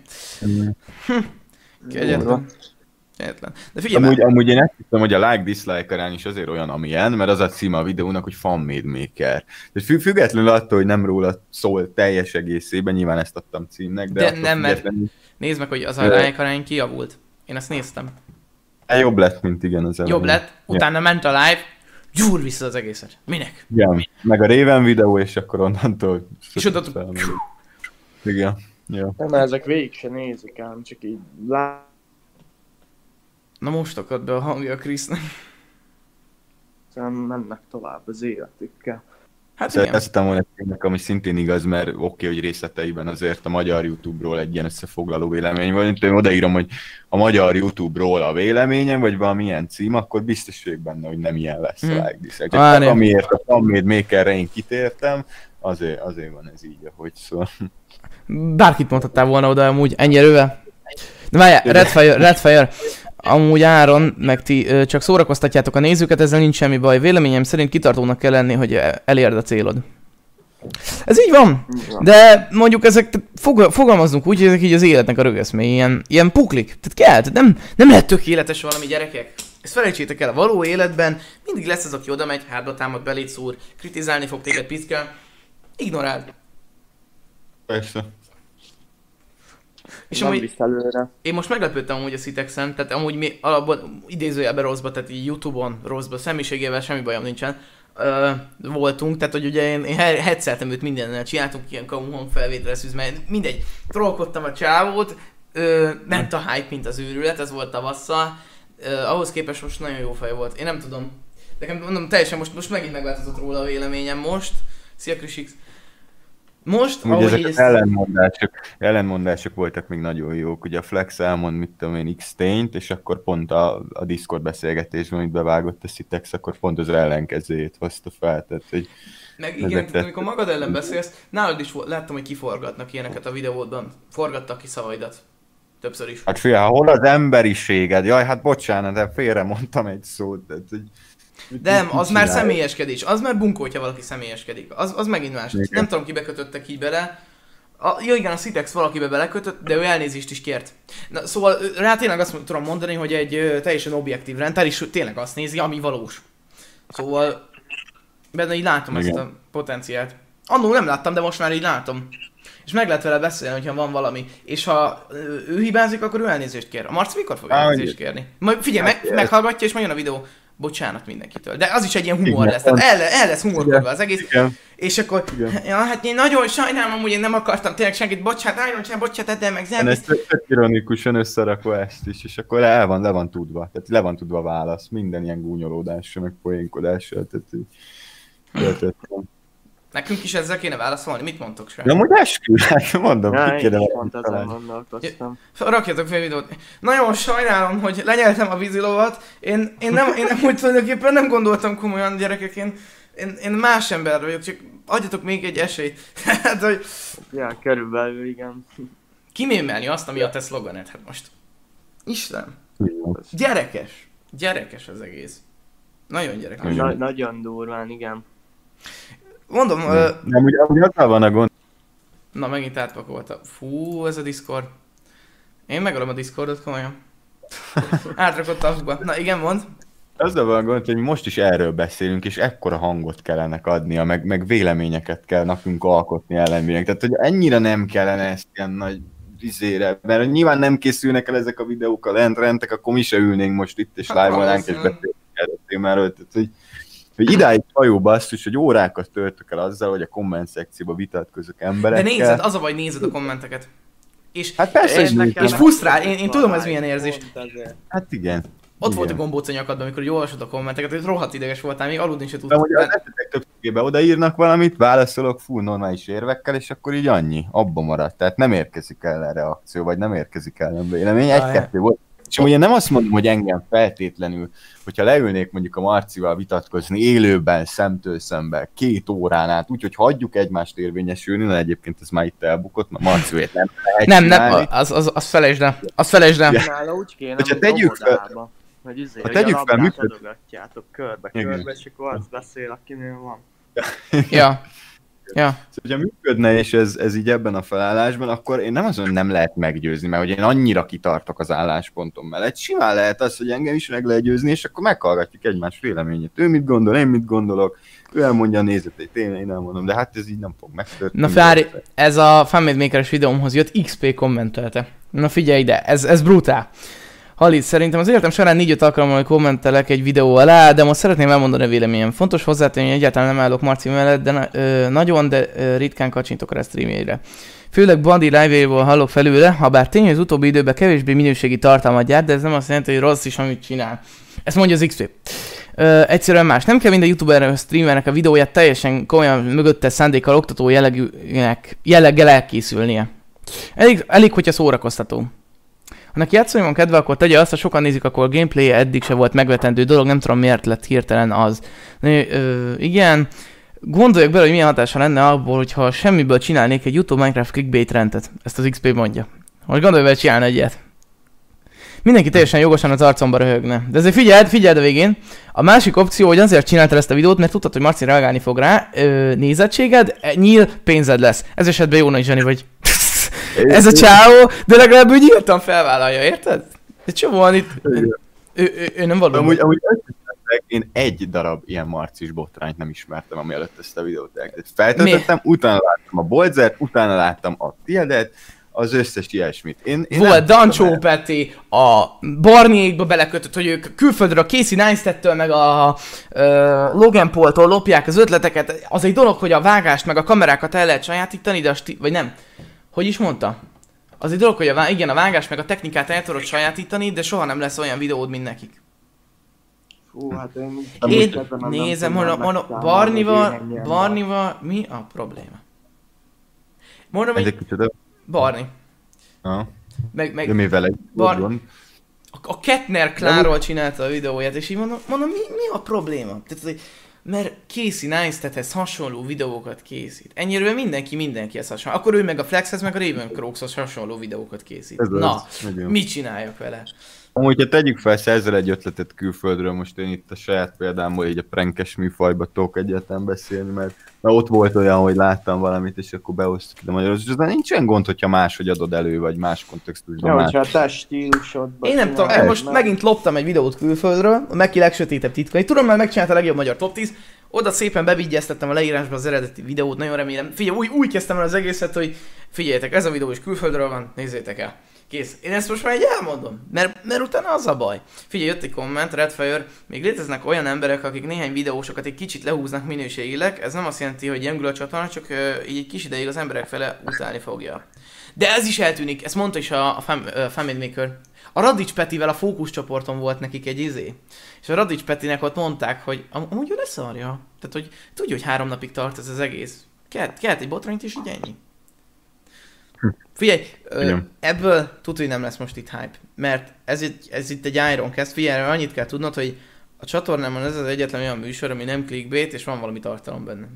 Kegyetlen. De figyelj amúgy én ezt hiszem, hogy a like-dislike arány is azért olyan, amilyen, mert az a címe a videónak, hogy Fan-Made Maker. Tehát függetlenül attól, hogy nem róla szól teljes egészében, nyilván ezt adtam címnek, de nem, mert nézd meg, hogy az a like arány kijavult. Én ezt néztem. Jobb lett, mint igen az elején. Jobb lett, utána ment a live, gyúr vissza az egészet. Minek? Igen, meg a Raven videó, és akkor onnantól... És onnantól... Igen, jó. Nem, ezek végig se nézik ám, csak így Na most akad be a hangja a Krisznek. Mennek tovább az életükkel. Hát igen. Ezt volna tényleg, ami szintén igaz, mert oké, hogy részleteiben azért a magyar YouTube-ról egy ilyen összefoglaló vélemény volt. Én odaírom, hogy a magyar YouTube-ról a véleményem, vagy valamilyen cím, akkor biztos vagyok benne, hogy nem ilyen lesz a like-dislike. Amiért a Fan-Made Makerre én kitértem, azért van ez így, ahogy szól. Bárkit mondhattál volna oda amúgy ennyi erővel. De várjál, Redfire. Amúgy Áron, meg ti csak szórakoztatjátok a nézőket, ezzel nincs semmi baj. Véleményem szerint kitartónak kell lenni, hogy elérd a célod. Ez így van, de mondjuk ezek, fogalmazzunk úgy, hogy ezek így az életnek a rögeszmei, ilyen puklik. Tehát kell, nem lehet tökéletes valami, gyerekek. Ezt felejtsétek el, a való életben mindig lesz az, aki oda megy, hátba támad, beléd szúr, kritizálni fog téged, piszkál. Ignoráld. Persze. És amúgy, én most meglepődtem amúgy a Citexen, tehát amúgy mi alapban idézőjelben rosszba, tehát így YouTube-on rosszba, személyiségével semmi bajom nincsen, voltunk, tehát hogy ugye én headseltem őt mindennel, csináltunk ilyen kamuhang felvételeszűz, mert mindegy, trollkodtam a csávót, ment a hype, mint az őrület, ez volt tavasszal, ahhoz képest most nagyon jó fej volt, én nem tudom, nekem mondom, teljesen most megint megváltozott róla a véleményem most, Szia Krisix. Most, ugye ezek az ellenmondások voltak még nagyon jók. Ugye a Flex elmond, mit tudom én, X-tényt, és akkor pont a Discord beszélgetésben, amit bevágott a Citex, akkor pont az ellenkezőjét hozta fel. Tehát, hogy meg igen, amikor magad ellen beszélsz, nálad is láttam, hogy kiforgatnak ilyeneket a videódban. Forgattak ki szavaidat. Többször is. Hát fia, hol az emberiséged? Jaj, hát bocsánat, de félre mondtam egy szót. Tehát, hogy nem, az már személyeskedés. Az már bunkó, hogyha valaki személyeskedik. Az megint más. Igen. Nem tudom, kibe kötöttek így bele. Ja igen, a Citex valakibe belekötött, de ő elnézést is kért. Na, szóval rá tényleg azt tudom mondani, hogy egy teljesen objektív rendszer, és tényleg azt nézi, ami valós. Szóval benne így látom ezt a potenciált. Annól nem láttam, de most már így látom. És meg lehet vele beszélni, hogyha van valami. És ha ő hibázik, akkor ő elnézést kér. A Marci mikor fog elnézést kérni? Majd figyelj, meghallgatja és majd jön a videó. Bocsánat mindenkitől. De az is egy ilyen humor lesz. Tehát el lesz humorkodva az egész. Igen. És akkor, ja, hát én nagyon sajnálom, hogy én nem akartam tényleg senkit, bocsánat, de meg Zem. Ez tök ironikusan összerakva ezt is, és akkor le van tudva. Tehát le van tudva a válasz. Minden ilyen gúnyolódással, meg poénkodással. Tehát nekünk is ezzel kéne válaszolni, mit mondtok se? De amúgy eskü, hát mondom, ki kéne gondolkoztam. Rakjatok fel videót. Nagyon sajnálom, hogy lenyeltem a vízilovat. Én nem úgy tulajdonképpen nem gondoltam komolyan, gyerekek, én más ember vagyok, csak adjatok még egy esélyt. Hát, hogy... Ja, körülbelül, igen. Kimémelni azt, ami a te szloganed, hát most. Isten. Gyerekes az egész. Nagyon gyerekes. Nagyon durván, igen. Mondom... Nem, ugye azzal van a gond. Na, megint átpakolta. Fú, ez a Discord. Én megölöm a Discordot, komolyan. Átrakott tafba. Na igen, mondd. Azzal van a gond, hogy most is erről beszélünk, és ekkora hangot kellene adnia, meg véleményeket kell nekünk alkotni ellenvének. Tehát, hogy ennyire nem kellene ezt ilyen nagy izére, mert nyilván nem készülnek el ezek a videók a lentrentek, akkor mi se ülnénk most itt, és live-olnánk, és beszélünk erről a témáról. Tehát, hogy idáig hajó basszus, hogy órákat töltök el azzal, hogy a komment szekcióba vitatkozok emberekkel. De nézed, az a baj, nézed a kommenteket. És, hát persze, és frusztrál, én tudom, ez milyen érzés. Hát igen. Ott volt a gombóc a nyakadban, amikor olvasod a kommenteket, hogy rohadt ideges voltál, még aludni se tudtál. De hogy az esetek többségében odaírnak valamit, válaszolok full normális érvekkel, és akkor így annyi, abba maradt. Tehát nem érkezik el reakció, vagy nem érkezik el vélemény, egy-kettő volt. És ugye nem azt mondom, hogy engem feltétlenül, hogyha leülnék mondjuk a Marcival vitatkozni élőben, szemtől szemben, 2 órán át, úgyhogy hagyjuk egymást érvényesülni, na egyébként ez már itt elbukott, mert Marcival nem lehet Nem, az felejtsd el. Azt felejtsd el. Nála úgy kéne, hogyha tegyük fel, hogy tegyük fel, működ... adogatjátok körbe, és akkor az beszél, akinél van. Ja. Szóval, hogyha működne, és ez így ebben a felállásban, akkor én nem azon nem lehet meggyőzni, mert hogy én annyira kitartok az álláspontom mellett. Simán lehet az, hogy engem is meg lehet győzni, és akkor meghallgatjuk egymás véleményét. Ő mit gondol, én mit gondolok, ő elmondja a nézetét, én elmondom, de hát ez így nem fog megtörténni. Na Fári, ez a Fanmade Maker-es videómhoz jött, XP kommentelte. Na figyelj ide, ez brutál. Halid, szerintem az életem során 4-5 alkalommal kommentelek egy videó alá, de most szeretném elmondani a véleményem. Fontos hozzátenni, hogy egyáltalán nem állok Marci mellett, de nagyon, de ritkán kacsintok rá streamjére. Főleg Bandi live-éból hallok felőle, ha bár tény, az utóbbi időben kevésbé minőségi tartalmat gyárt, de ez nem azt jelenti, hogy rossz is, amit csinál. Ezt mondja az XP. Egyszerűen más. Nem kell minden youtuber streamernek a videóját teljesen komolyan mögötte szándékkal oktató jelleggel elkészülnie. Elég, hogyha szórakoztató. Ha neki játszani van kedve, akkor tegye azt, ha sokan nézik, akkor a gameplay eddig se volt megvetendő dolog, nem tudom miért lett hirtelen az. Igen, gondoljak bele, hogy milyen hatása lenne abból, hogyha semmiből csinálnék egy YouTube Minecraft clickbait rendet. Ezt az XP mondja. Most gondolj vele csinálni egyet. Mindenki teljesen jogosan az arcomba röhögne. De azért figyeld a végén. A másik opció, hogy azért csináltál ezt a videót, mert tudtad, hogy Marci reagálni fog rá. Nézettséged, nyíl, pénzed lesz. Ez esetben jó nagy zseni vagy. Ez a csáó, de legalább úgy nyíltan felvállalja, érted? De csomóan itt... Ő nem való. Amúgy én egy darab ilyen marcis botrányt nem ismertem, ami előtt ezt a videót elkezdett. Feltöltöttem, utána láttam a Bolzert, utána láttam a tiédet, az összes ilyesmit. Én volt Dancsó Peti, a Barniékba belekötött, hogy ők külföldről a Casey Neistat-től meg a Logan Paul-tól lopják az ötleteket. Az egy dolog, hogy a vágást meg a kamerákat el lehet sajátítani, de vagy nem. Hogy is mondta? Az egy dolog, hogy igen, a vágást meg a technikát el tudod sajátítani, de soha nem lesz olyan videód, mint nekik. Hát én nézem, mondom, Barnival mi a probléma? Mondom, hogy Barni. De mivel egy a Kettner Klánról csinálta a videóját, és így mondom, mi a probléma? Tehát, mert Casey Neistathez hasonló videókat készít. Ennyire mindenkihez hasonló. Akkor ő meg a Flexhez, meg a Raven Crocshoz hasonló videókat készít. Mit csináljak vele? Amúgy, ha tegyük fel, szerzel egy ötletet külföldről, most én itt a saját példámból így a prankes műfajba tudok egyáltalán beszélni, mert ott volt olyan, hogy láttam valamit, és akkor beosztok ide magyarul. De nincsen gond, hogyha máshogy adod elő, vagy más kontextusban. Ja, hogyha a te stílusodban. Én nem tudom, én most megint loptam egy videót külföldről, a Meki legsötétebb titkai. Tudom, már megcsinálta a legjobb magyar top 10. Oda szépen bevigyeztettem a leírásba az eredeti videót, nagyon remélem. Figyelj, úgy kezdtem el az egészet, hogy figyeljetek, ez a videó is külföldről van, nézzétek el. Kész. Én ezt most már így elmondom, mert utána az a baj. Figyelj, jött egy komment, Redfire, még léteznek olyan emberek, akik néhány videósokat egy kicsit lehúznak minőségileg, ez nem azt jelenti, hogy gyengül a csatorna, csak így egy kis ideig az emberek fele utálni fogja. De ez is eltűnik, ezt mondta is a Family Maker. A Radics Petivel a fókuszcsoporton volt nekik egy izé. És a Radics Petinek ott mondták, hogy amúgy ő leszarja. Tehát, hogy tudja, hogy 3 napig tart ez az egész. Kellett egy botrányt és így ennyi. Figyelj, ebből tudod, hogy nem lesz most itt hype, mert ez itt egy Ironcast, figyelj, annyit kell tudnod, hogy a csatornámon ez az egyetlen olyan műsor, ami nem clickbait, és van valami tartalom benne.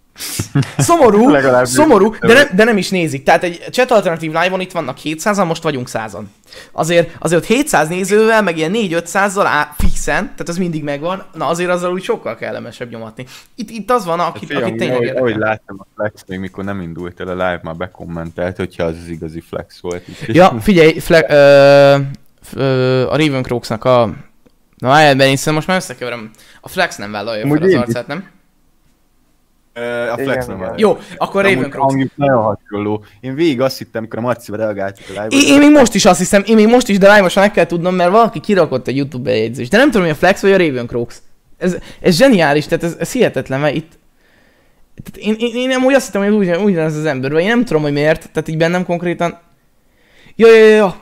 Szomorú, de nem is nézik. Tehát egy Chat Alternative Live-on itt vannak 700-an, most vagyunk 100-an. Azért 700 nézővel, meg ilyen 4-500-zal fixen, tehát az mindig megvan, na azért azzal úgy sokkal kellemesebb nyomatni. Itt az van, akit tényleg érdekel. Ahogy láttam a Flex, még mikor nem indult el a live, már bekommentelt, hogyha az igazi Flex volt. Ja, figyelj, a Raven Crocsnak a... Na várjál, Beninszen, most már összekeverem. A Flex nem vállalja fel az arcát, nem? A Flex nem van. Jó, akkor Raven Crocs. Nagyon hasonló. Én végig azt hittem, amikor a Marcival reagáltuk a live-ba. Én még most is azt hiszem, de live-osan meg kell tudnom, mert valaki kirakott egy YouTube bejegyzést. De nem tudom, hogy a Flex vagy a Raven Crocs. Ez zseniális, tehát ez hihetetlen, mert itt... Én nem úgy azt hittem, hogy ugyanaz az ember, vagy én nem tudom, hogy miért, tehát így bennem konkrétan... Ja.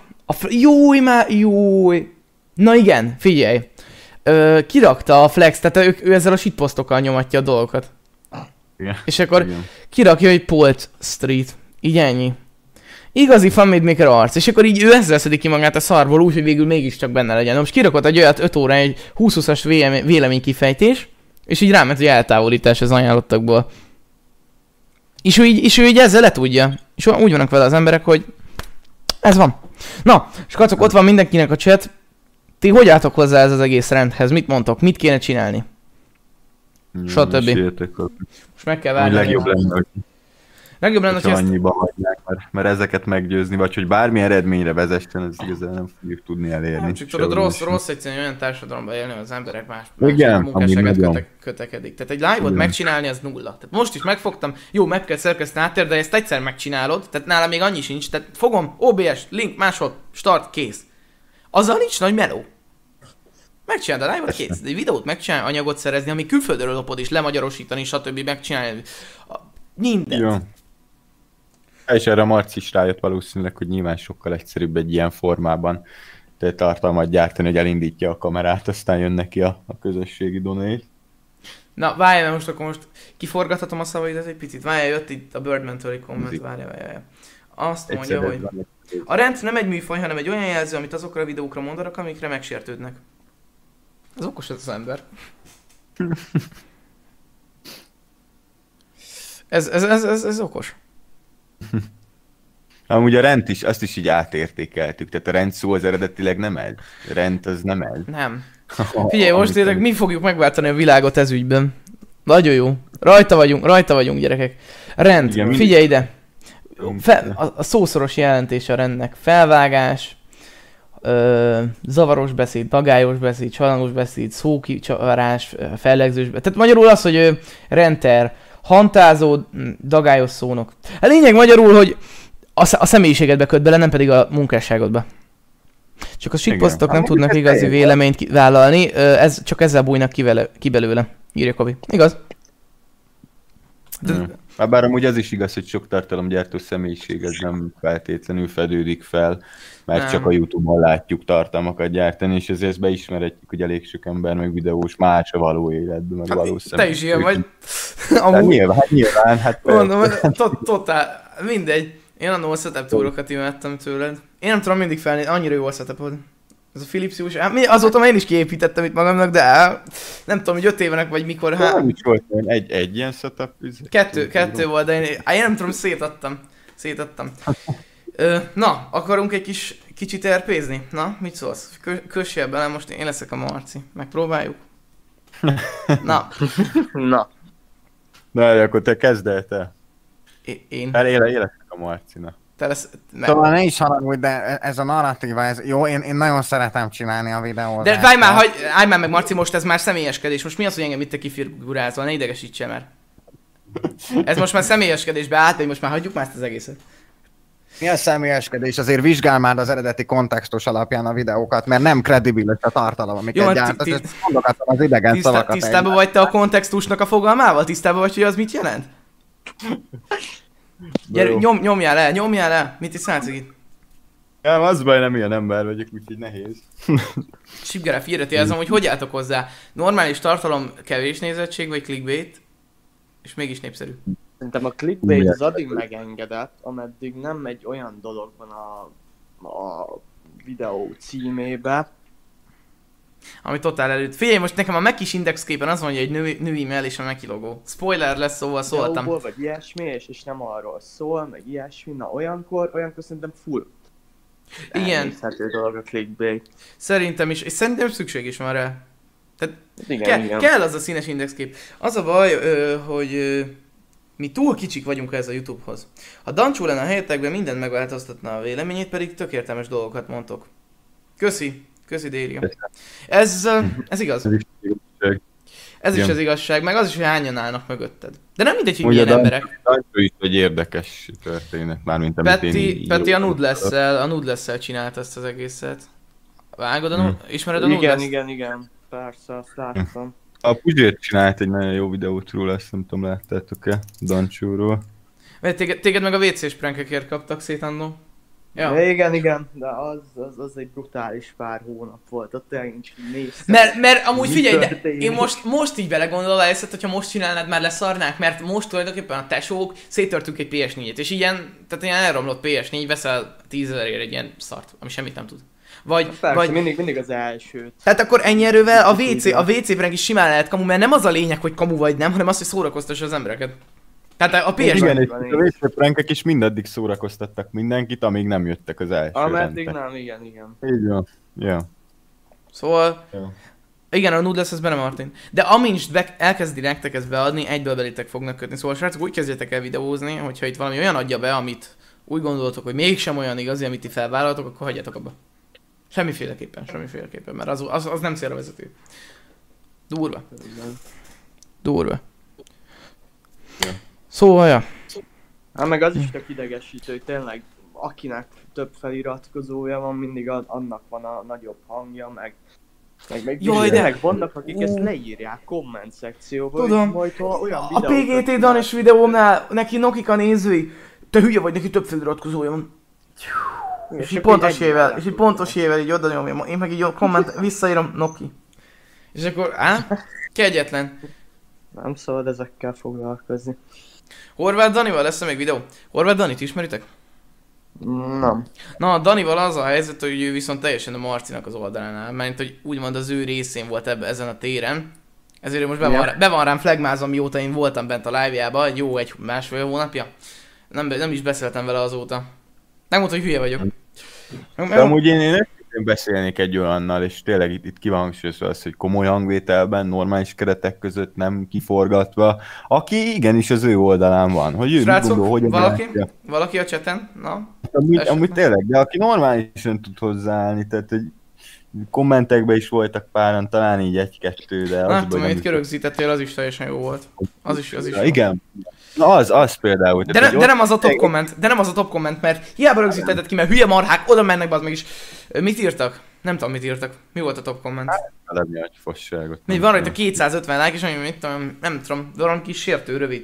Jój. Na igen, figyelj. Kirakta a Flex, tehát ő ezzel a shitpostokkal nyomatja a dolgokat. Igen. És akkor kirakja, hogy Polt Street. Így ennyi. Igazi Family Maker arc. És akkor így ő ezzel szedik ki magát a szarból úgy, hogy végül mégiscsak benne legyen. Most kirakott egy olyat 5 óra egy 20-20-as véleménykifejtés, és így ráment, hogy eltávolítás az ajánlottakból. És ő így ezzel letudja. És úgy vannak vele az emberek, hogy ez van. Na, és kacok, ott van mindenkinek a chat. Ti hogy álltok hozzá ez az egész rendhez? Mit mondtok? Mit kéne csinálni? Stb. Most meg kell várni. Legjobb lenne, hogy annyiba hagynák, mert ezeket meggyőzni, vagy hogy bármi eredményre vezessen, ez igazán nem fogjuk tudni elérni. Nem, csak tudod, rossz egyszerűen olyan társadalomban élni, az emberek más munkásságát kötekedik. Tehát egy live-ot megcsinálni az nulla. Tehát most is megfogtam, jó, meg kell szerkeszteni áttér, de ezt egyszer megcsinálod, tehát nála még annyi sincs, tehát fogom, OBS, link, máshol, start, kész. Azzal nincs nagy meló. Megcsinálod a live-ot, kész. Egy videót megcsinálni, anyagot szerezni, ami külföldről lopod is, lemagyarosítani, stb. Megcsinálni. Mindent. Jó. És erre a Marci is rájött valószínűleg, hogy nyilván sokkal egyszerűbb egy ilyen formában tartalmat gyártani, hogy elindítja a kamerát, aztán jön neki a közösségi donate. Na, várjál, most kiforgathatom a szavaidat egy picit. Várjál, jött itt a Birdman-től egy komment, várjál. Azt mondja, hogy a rend nem egy műfaj, hanem egy olyan jelző, amit azokra a videókra mondanak, amikre megsértődnek. Ez okos ez az ember. Ez okos. Amúgy a rend is, azt is így átértékeltük, tehát a rend szó az eredetileg nem ez. A rend az nem ez. Nem. Figyelj, most tényleg mi fogjuk megváltani a világot ez ügyben. Nagyon jó. Rajta vagyunk gyerekek. Rend, igen, figyelj ide. A szószoros jelentése a rendnek. Felvágás, zavaros beszéd, dagályos beszéd, csalangos beszéd, szókicsavarás, fellegzős beszéd. Tehát magyarul az, hogy renter, hantázó, dagályos szónok. A lényeg magyarul, hogy a személyiségedbe köt bele, nem pedig a munkásságodba. Csak a shitpostok nem tudnak igazi véleményt vállalni, csak ezzel bújnak ki belőle, írja Kobi. Igaz? Bár amúgy az is igaz, hogy sok tartalomgyártó személyiség ez nem feltétlenül fedődik fel, mert nem. Csak a YouTube-on látjuk tartalmakat gyártani, és ezért beismerhetjük, hogy elég sok ember, meg videós más a való életben, meg való te is ilyen vagy. Nyilván. Mondom, totál, mindegy. Én annól setup túrokat imádtam tőled. Én nem tudom mindig felnézni, annyira jó a setupod. Ez a Philips-os, azóta már én is kiépítettem itt magamnak, de nem tudom, hogy 5 évenek vagy mikor. Nem is volt egy ilyen setup. Kettő volt, de én nem tudom, szétadtam. Na, akarunk egy kicsit RP-zni? Na, mit szólsz? Kössél bele, most én leszek a Marci. Megpróbáljuk? Na. Na, akkor te kezd el, te. Én leszek a Marcina. Szóval ne is haragudj, de ez a narratíva, ez jó, én nagyon szeretem csinálni a videót. De állj már meg Marci, most ez már személyeskedés. Most mi az, hogy engem itt kifigurázol? Ne idegesítse már. Ez most már személyeskedésbe átmegy, most már hagyjuk már ezt az egészet. Mi a személyeskedés? Azért vizsgál már az eredeti kontextus alapján a videókat, mert nem kredibilis a tartalom, amiket gyártat, és mondogatom az idegen szavakat. Tisztában vagy te a kontextusnak a fogalmával? Tisztában vagy, hogy az mit jelent? Gyere, nyomjál le! Mit is szállsz itt? Nem, az baj, nem ilyen ember vagyok, úgyhogy nehéz. Sipgeref írati azon, hogy álltok hozzá? Normális tartalom, kevés nézettség, vagy clickbait? És mégis népszerű. Szerintem a clickbait az addig megengedett, ameddig nem egy olyan dolog van a videó címébe. Ami totál előtt. Figyelj, most nekem a Mac-is indexképen az mondja, hogy női mell és a Mac logó. Spoiler lesz, szóval szóltam. Vagy ilyesmi, és nem arról szól, meg ilyesmi. Na olyankor szerintem full. Igen. Dolog a clickbait. Szerintem is, és szerintem szükség is van rá. Tehát igen. kell az a színes indexkép. Az a baj, hogy mi túl kicsik vagyunk ez a YouTube-hoz. Ha Dancsó lenne a helyetekben, mindent megváltoztatna a véleményét, pedig tök értelmes dolgokat mondtok. Köszi Délia. Ez igaz. Ez is az igazság, meg az is, hogy hányan állnak mögötted. De nem mindegy, hogy milyen emberek. Dancsó is egy érdekes történet, mármint amit Peti a Noodless-szel csinált ezt az egészet. Vágod ismered a Noodless-t? Igen, persze, azt láttam. A Puzsért csinált egy nagyon jó videót róla, ezt nem tudom, láttátok-e Dancsóról. Téged meg a WC-s prankekért kaptak szét annó. Ja. Igen, de az egy brutális pár hónap volt, ott én is néztem. Mert amúgy figyelj, de én most így belegondolva ezt, hogyha most csinálnád, már leszarnák, mert most tulajdonképpen a tesók széttörtünk egy PS4-et, és ilyen elromlott PS4, veszel 10 000-ért egy ilyen szart, ami semmit nem tud. Vagy mindig az elsőt. Tehát akkor ennyi erővel a WC prank is simán lehet kamu, mert nem az a lényeg, hogy kamu vagy nem, hanem az, hogy szórakoztassa az embereket. Tehát a PS4... Igen, és a WC prankek is mindaddig szórakoztattak mindenkit, amíg nem jöttek az első ameddig nem, igen. Így van. Ja. Szóval... Ja. Igen, a Noodless ez benne Martin. De amint elkezdi nektek ezt beadni, egyből belétek fognak kötni. Szóval srácok, úgy kezdjetek el videózni, hogyha itt valami olyan adja be, amit úgy gondoltok, hogy mégsem olyan igazi, amit ti felvállaltok, akkor hagyjatok abba. Semmiféleképpen, mert az nem célra vezető. Durva. Ja. Szóval, ja. Hát meg az is tök idegesítő, hogy tényleg akinek több feliratkozója van, mindig annak van a nagyobb hangja, meg jaj, de vannak, akik ezt leírják komment szekcióba. Tudom, olyan a PGT Danis videómnál neki Nokika nézői, te hülye vagy, neki több feliratkozója van. És így pontos ével így oda nyomja, én meg így komment visszaírom Noki. És akkor, kegyetlen. Nem szabad ezekkel foglalkozni. Horváth Danival lesz még videó? Horváth Danit ismeritek? Nem. Na, Danival az a helyzet, hogy ő viszont teljesen a Marcinak az oldalánál, mert hogy úgymond az ő részén volt ezen a téren. Ezért most be van rám flagmázva, mióta én voltam bent a live-jában, egy másfél hónapja. Nem is beszéltem vele azóta. Megmondta, hogy hülye vagyok. De amúgy én beszélnék egy olyannal, és tényleg itt ki van hangsúlyozva az, hogy komoly hangvételben, normális keretek között, nem kiforgatva, aki igenis az ő oldalán van. Hogy ő srácok, gondol, hogy valaki a chaten? Na? Amúgy tényleg, de aki normálisan tud hozzáállni, tehát hogy kommentekben is voltak páran, talán így egy-kettő, de... Látom, amit kirögzítettél, az is teljesen jó volt. Az is ja, igen. Na az például. De nem az a top komment, mert hiába rögzítetted ki, mert hülye marhák, oda mennek be, az meg is. Mit írtak? Nem tudom, mit írtak. Mi volt a top komment? Valami nagy fosságot. Van rajta 250 like, és mit tudom, nem tudom, valami kis sértő, rövid cucc.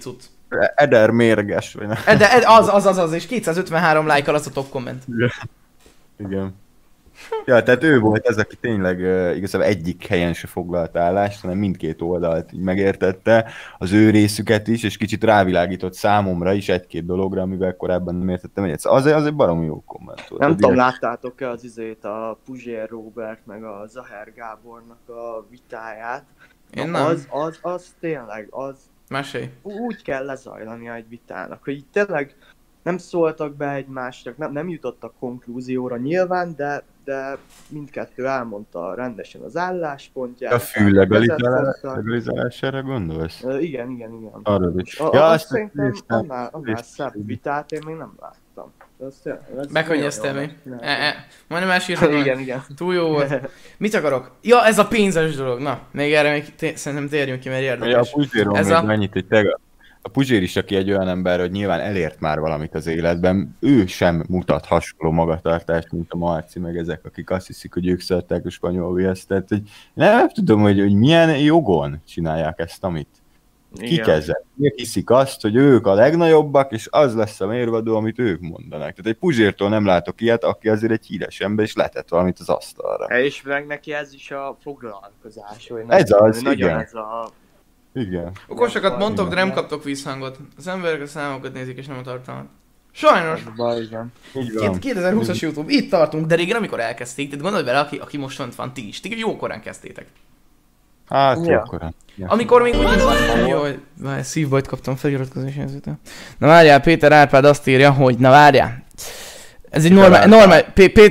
Eder mérges, vagy nem. Az, és 253 like az a top komment. Igen. Ja, tehát ő volt ez, aki tényleg igazából egyik helyen se foglalt állást, hanem mindkét oldalt így megértette az ő részüket is, és kicsit rávilágított számomra is egy-két dologra, amivel korábban nem értettem egyet. Az egy baromi jó komment volt. Nem tudom, láttátok-e az a Puzsér Róbert meg a Zaher Gábornak a vitáját? Én nem. Az tényleg, az... Mesélj. Úgy kell lezajlania egy vitának, hogy így tényleg nem szóltak be egymásnak, nem jutottak konklúzióra nyilván, de mindkettő elmondta rendesen az álláspontját. A fű legalizálására gondolsz? Igen. Arra is. Azt szerintem annál szebb vitát én még nem láttam. Megkönnyeztem még. Majdnem elsírtam. Igen. Túl jó volt. Mit akarok? Ja, ez a pénzes dolog. Na, még erre még szerintem térjünk ki, mert érdekes. A Puzséron még annyit, hogy a Puzsér is, aki egy olyan ember, hogy nyilván elért már valamit az életben, ő sem mutat hasonló magatartást, mint a Marci, meg ezek, akik azt hiszik, hogy ők szerettek a spanyol viaszt. Tehát, hogy nem tudom, hogy milyen jogon csinálják ezt, amit kik ezek. Miért hiszik azt, hogy ők a legnagyobbak, és az lesz a mérvadó, amit ők mondanak. Tehát egy Puzsértól nem látok ilyet, aki azért egy híres ember, és letett valamit az asztalra. És meg neki ez is a foglalkozás, hogy ez az, nagyon ez a... Igen. Okosakat mondtok, de nem kaptok visszhangot. Az emberek a számokat nézik, és nem a tartalmat. Sajnos! Igen. 2020-as YouTube, itt tartunk, de régen amikor elkezdték, tehát gondolj bele, aki most van ti is, ti jókorán kezdtétek. Hát, jókorán. Amikor még úgy... Jaj, szívbajt kaptam feliratkozás helyzetől. Na várjál, Péter Árpád azt írja, hogy na várjál. Ez egy normál,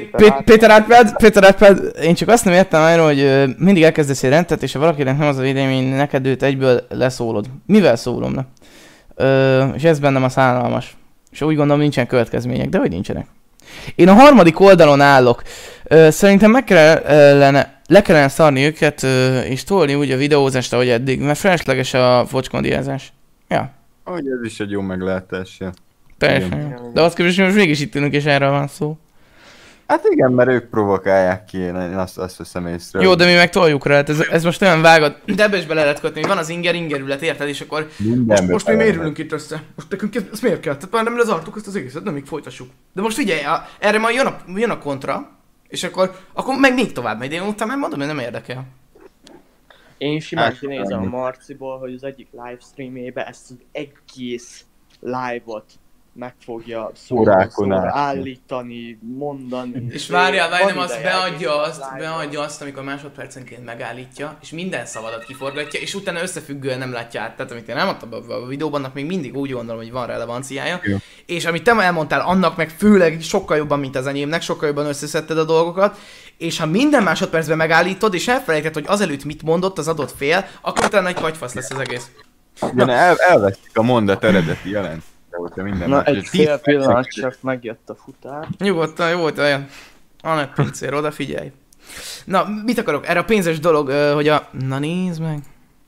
Péter Árpád, én csak azt nem értem arra, hogy mindig elkezdesz egy rendet, és ha valakinek nem az a vélemény, neked őt egyből leszólod. Mivel szólom, ne? És ez bennem a szánalmas. És úgy gondolom nincsen következmények, de hogy nincsenek. Én a harmadik oldalon állok. Szerintem le kellene szarni őket, és tolni úgy a videózást, ahogy eddig, mert felesleges a focskondiázás. Ja. Ahogy ez is egy jó meglátás, ja. Teljesen. De azt képest, most mégis itt ülünk, és erről van szó. Hát igen, mert ők provokálják ki, én azt veszem észre. Jó, de mi meg toljuk rá, hát ez most olyan vágad, de ebbe is bele lehet kötni, hogy van az ingerület, érted, és akkor most mi miért ülünk itt össze? Most nekünk ez miért kell? Tehát már nem lezartuk ezt az egészet, nem még folytassuk. De most figyelj, erre majd jön a kontra, és akkor meg még tovább megy, de én utána mondom, hogy nem érdekel. Én simán kinézem a Marciból, hogy az egyik livestreamébe ezt az egész live-ot meg fogja szóra állítani, mondani. És várjál, nem az beadja azt, amikor másodpercenként megállítja, és minden szavadat kiforgatja, és utána összefüggően nem látja át. Tehát amit én elmondtam a videóban, annak még mindig úgy gondolom, hogy van relevanciája. Ja. És amit te elmondtál, annak meg főleg sokkal jobban, mint az enyémnek, sokkal jobban összeszedted a dolgokat, és ha minden másodpercben megállítod, és elfelejted, hogy azelőtt mit mondott az adott fél, akkor utána egy kagyfasz lesz az egész. Igen, elvesztik a mondat eredeti jelent. Na, egy fél pillanat, csak megjött a futár. Nyugodtan, jó volt olyan. Anett pincér, odafigyelj. Na, mit akarok? Erre a pénzes dolog, hogy a... Na nézd meg.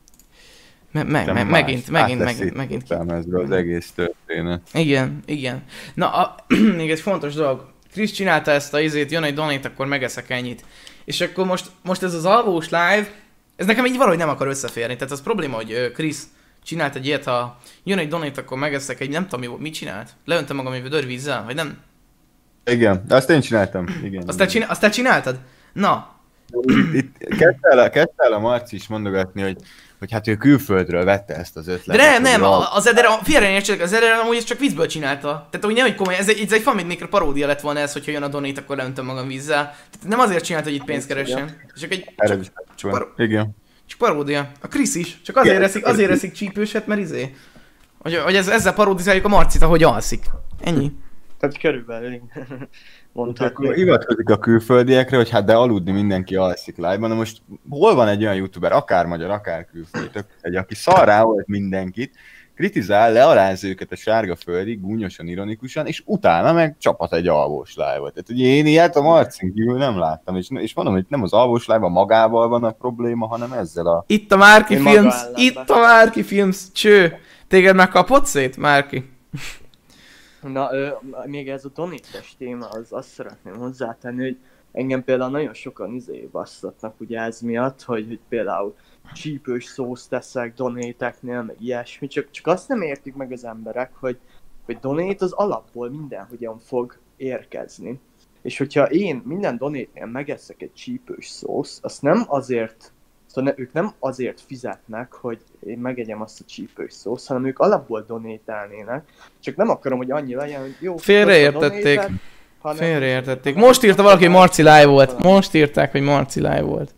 Megint. Az egész történet. Igen. Na, még egy fontos dolog. Krisz csinálta ezt a izét, jön egy donate, akkor megeszek ennyit. És akkor most ez az alvós live, ez nekem így valahogy nem akar összeférni. Tehát az probléma, hogy Krisz csinált egy ilyet, ha jön egy donate, akkor megeszek egy, nem tudom mit csinált. Leöntem magam egy vödörvízzel, vagy nem? Igen, azt én csináltam. Igen. Azt te csináltad? Na. Itt kezdte a Marci is mondogatni, hogy hát ő külföldről vette ezt az ötletet. De nem, az Eder, félreértsétek, az Eder amúgy ezt csak vízből csinálta. Tehát úgy nem, hogy komoly, ez egy Family paródia lett volna ez, hogyha jön a donate, akkor leöntöm magam vízzel. Tehát nem azért csinálta, hogy itt pénzt keressen. Csak egy... Igen. Csak paródia. A Krisz is. Csak azért eszik csípőset, mert hogy ezzel paródizáljuk a Marcit, ahogy alszik. Ennyi. Tehát körülbelül mondhatni. Hivatkozik a külföldiekre, hogy hát de aludni mindenki alszik live-ban. Na most hol van egy olyan youtuber, akár magyar, akár külföldi, aki szar rá volt mindenkit, kritizál, lealáz őket a sárga földig, gúnyosan, ironikusan, és utána meg csapat egy alvós live-ot. Tehát ugye én ilyet a Marcin kívül nem láttam, és mondom, hogy nem az alvós live-a magával van a probléma, hanem ezzel a... Itt a Márki Films, cső! Téged megkapott szét, Márki? Na, még ez a donate-es téma, azt szeretném hozzátenni, hogy engem például nagyon sokan basszatnak ugye ez miatt, hogy például csípős szószt teszek donéteknél, meg ilyesmi, csak azt nem értik meg az emberek, hogy donét az alapból mindenhogyan fog érkezni. És hogyha én minden donétnél megeszek egy csípős szószt, azt nem azért, szóval ők nem azért fizetnek, hogy én megegyem azt a csípős szószt, hanem ők alapból donételnének, csak nem akarom, hogy annyi legyen, hogy jó... Félreértették. Félreértették. Most írta valaki, hogy Marci live volt. Most írták, hogy Marci live volt.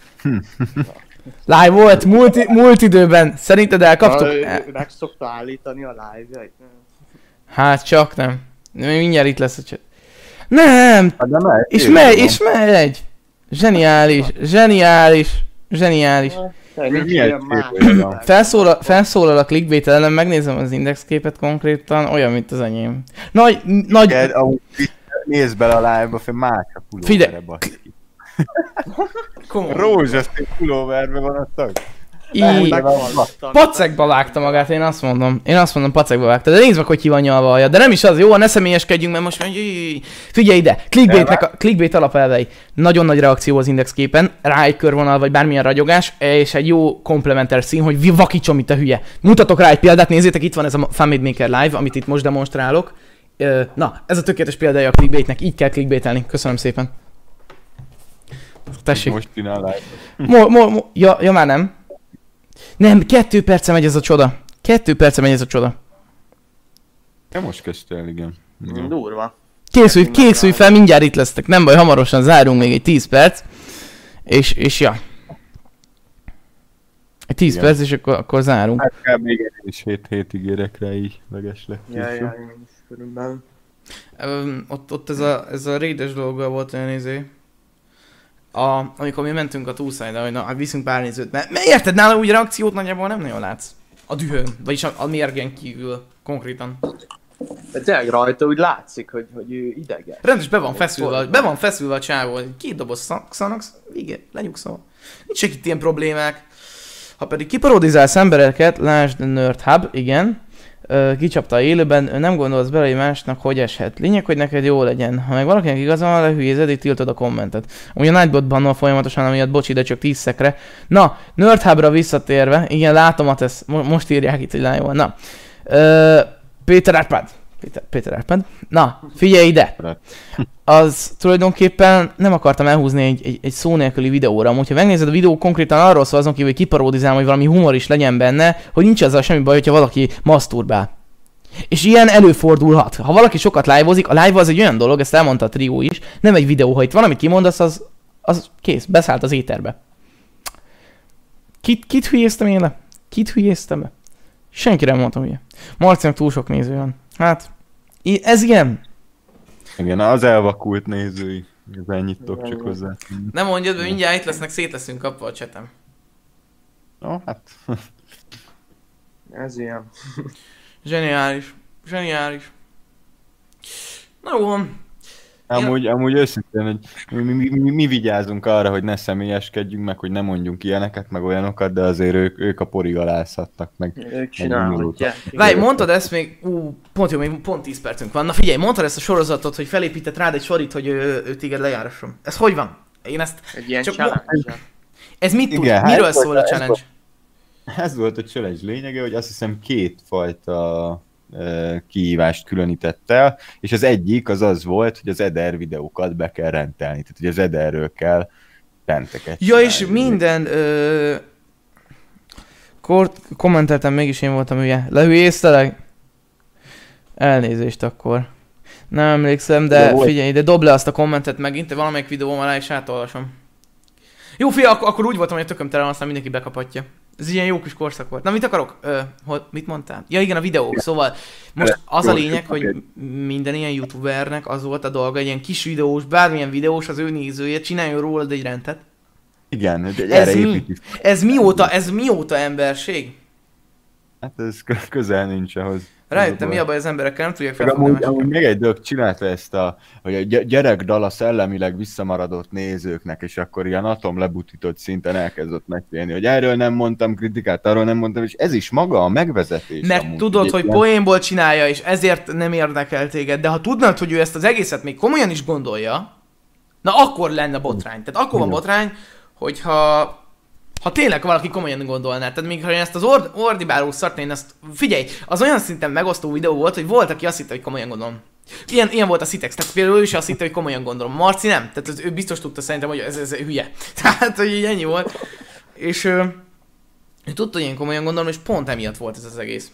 Live volt, múlt időben. Szerinted elkaptuk? Meg szokta állítani a live-jait? Hát csak nem. Mindjárt itt lesz a chat. Nem! És megy! Zseniális. Felszólal a clickbait ellen, megnézem az index képet konkrétan, olyan, mint az enyém. Nagy... Nézd bele a live-ba, fél más a pulóverre, baszki. Rózsaszín pulóverbe van a tag. Pacekba vágta magát, én azt mondom, pacekba vágta, de nézd meg, hogy ki van nyalva alja, de nem is az, jó, ne személyeskedjünk, mert most mondja, figyelj ide, clickbait alapelvei, nagyon nagy reakció az index képen, rá egy körvonal, vagy bármilyen ragyogás, és egy jó komplementer szín, hogy vakítsom itt a hülye. Mutatok rá egy példát, nézzétek, itt van ez a FunMade Maker Live, amit itt most demonstrálok. Na, ez a tökéletes példája a clickbaitnek, így kell clickbaitelni, köszönöm szépen. Tessék. Most csinál live. Ja, már nem. Nem, 2 perce megy ez a csoda. 2 perce megy ez a csoda. Ja, most kezdte el, igen. Durva. Készülj fel, mindjárt itt lesztek. Nem baj, hamarosan zárunk még egy 10 perc. És ja. Egy 10 igen. Perc, és akkor zárunk. Hát kell még én is 7 hétig érek rá így, legesleg. Ja, én is körülbelül. Ott ez a raides dolga volt olyan izé. Amikor mi mentünk a túlszájra, hogy na, viszünk pár nézőt, mert érted, nála úgy reakciót nagyjából nem nagyon látsz. A dühön, vagyis a mérgen kívül, konkrétan. De tényleg rajta úgy látszik, hogy ő idegen. Rendes, be van feszülve a csávó, 2 doboz Xanax, igen, lenyugszol. Nincs itt ilyen problémák. Ha pedig kiparodizálsz embereket, lásd Nerd Hub, igen. Kicsapta élőben, nem gondolsz bele, hogy másnak hogy eshet. Lényeg, hogy neked jó legyen. Ha meg valakinek igaza van, lehülyézed, így tiltod a kommentet. Ugye a Nightbot bannol folyamatosan, amiatt bocsi, de csak 10 szekre. Na, Nerd Hubra visszatérve, igen, látom, hogy ezt most írják itt, hogy live-on. Na, Péter Árpád. Na, figyelj ide! Az tulajdonképpen nem akartam elhúzni egy szó nélküli videóra, amúgy ha megnézed a videó konkrétan arról szól azon kívül, hogy kiparodizálom, hogy valami humor is legyen benne, hogy nincs ezzel semmi baj, hogyha valaki maszturbál. És ilyen előfordulhat. Ha valaki sokat live-ozik, a live az egy olyan dolog, ezt elmondta a Trió is, nem egy videó, ha itt valamit kimondasz, az kész, beszállt az éterbe. Kit hülyéztem én le? Kit hülyéztem be? Senkire nem mondtam, ugye. Marcinak túl sok néző van. Hát, ez ilyen. Igen, az elvakult nézői. Ennyit tudok csak hozzá. Nem mondjad, mert mindjárt itt lesznek, szét leszünk kapva a csetem. No, hát. Ez ilyen. Zseniális. Na jó. Amúgy őszintén, hogy mi vigyázunk arra, hogy ne személyeskedjünk, meg hogy ne mondjunk ilyeneket, meg olyanokat, de azért ők a porig alázhatnak, meg... Ők csinálhatják. Várj, mondtad ezt még... pont jó, még pont 10 percünk van. Na figyelj, mondtad ezt a sorozatot, hogy felépített rád egy sorit, hogy ő téged lejárasson. Ez hogy van? Én ezt... Egy ilyen challenge. Ez mit tud? Miről szól a challenge? Ez volt a challenge lényege, hogy azt hiszem 2 fajta kihívást különített el, és az egyik az volt, hogy az Eder videókat be kell rendelni, tehát hogy az Ederről kell penteket csinálni. Ja, és minden kommenteltem, mégis én voltam hülye. Lehülyéztelek? Elnézést akkor. Nem emlékszem, de figyelj, de dob le azt a kommentet megint, valamelyik videóm alá is átolvasom. Jó, figyelj, akkor úgy voltam, hogy a tököm tele, aztán mindenki bekapatja. Ez ilyen jó kis korszak volt. Na, mit akarok? Mit mondtál? Ja, igen, a videók. Szóval most az a lényeg, hogy minden ilyen youtubernek az volt a dolga, egy ilyen kis videós, bármilyen videós az ő nézője, csináljon rólad egy rendet. Igen, erre építik. Ez mióta emberség? Hát ez közel nincs ahhoz. Rájöttem, mi a baj az emberekkel, nem tudják felfogni. Amúgy még egy dolog, csinálta ezt hogy a gyerekdal a szellemileg visszamaradott nézőknek, és akkor ilyen atomlebutított szinten elkezdett megfélni, hogy erről nem mondtam kritikát, arról nem mondtam, és ez is maga a megvezetés. Mert amúgy, tudod, hogy poénból csinálja, és ezért nem érdekel téged, de ha tudnád, hogy ő ezt az egészet még komolyan is gondolja, Na akkor lenne botrány. Tehát akkor van botrány, hogyha tényleg valaki komolyan gondolná. Tehát még ha én ezt az ordibáló szart, én ezt... Figyelj, az olyan szinten megosztó videó volt, hogy volt, aki azt hitte, hogy komolyan gondolom. Ilyen volt a Citex, tehát például ő is azt hitte, hogy komolyan gondolom. Marci nem, tehát ő biztos tudta szerintem, hogy ez hülye. Tehát, hogy így ennyi volt. És ő tudta, hogy én komolyan gondolom, és pont emiatt volt ez az egész.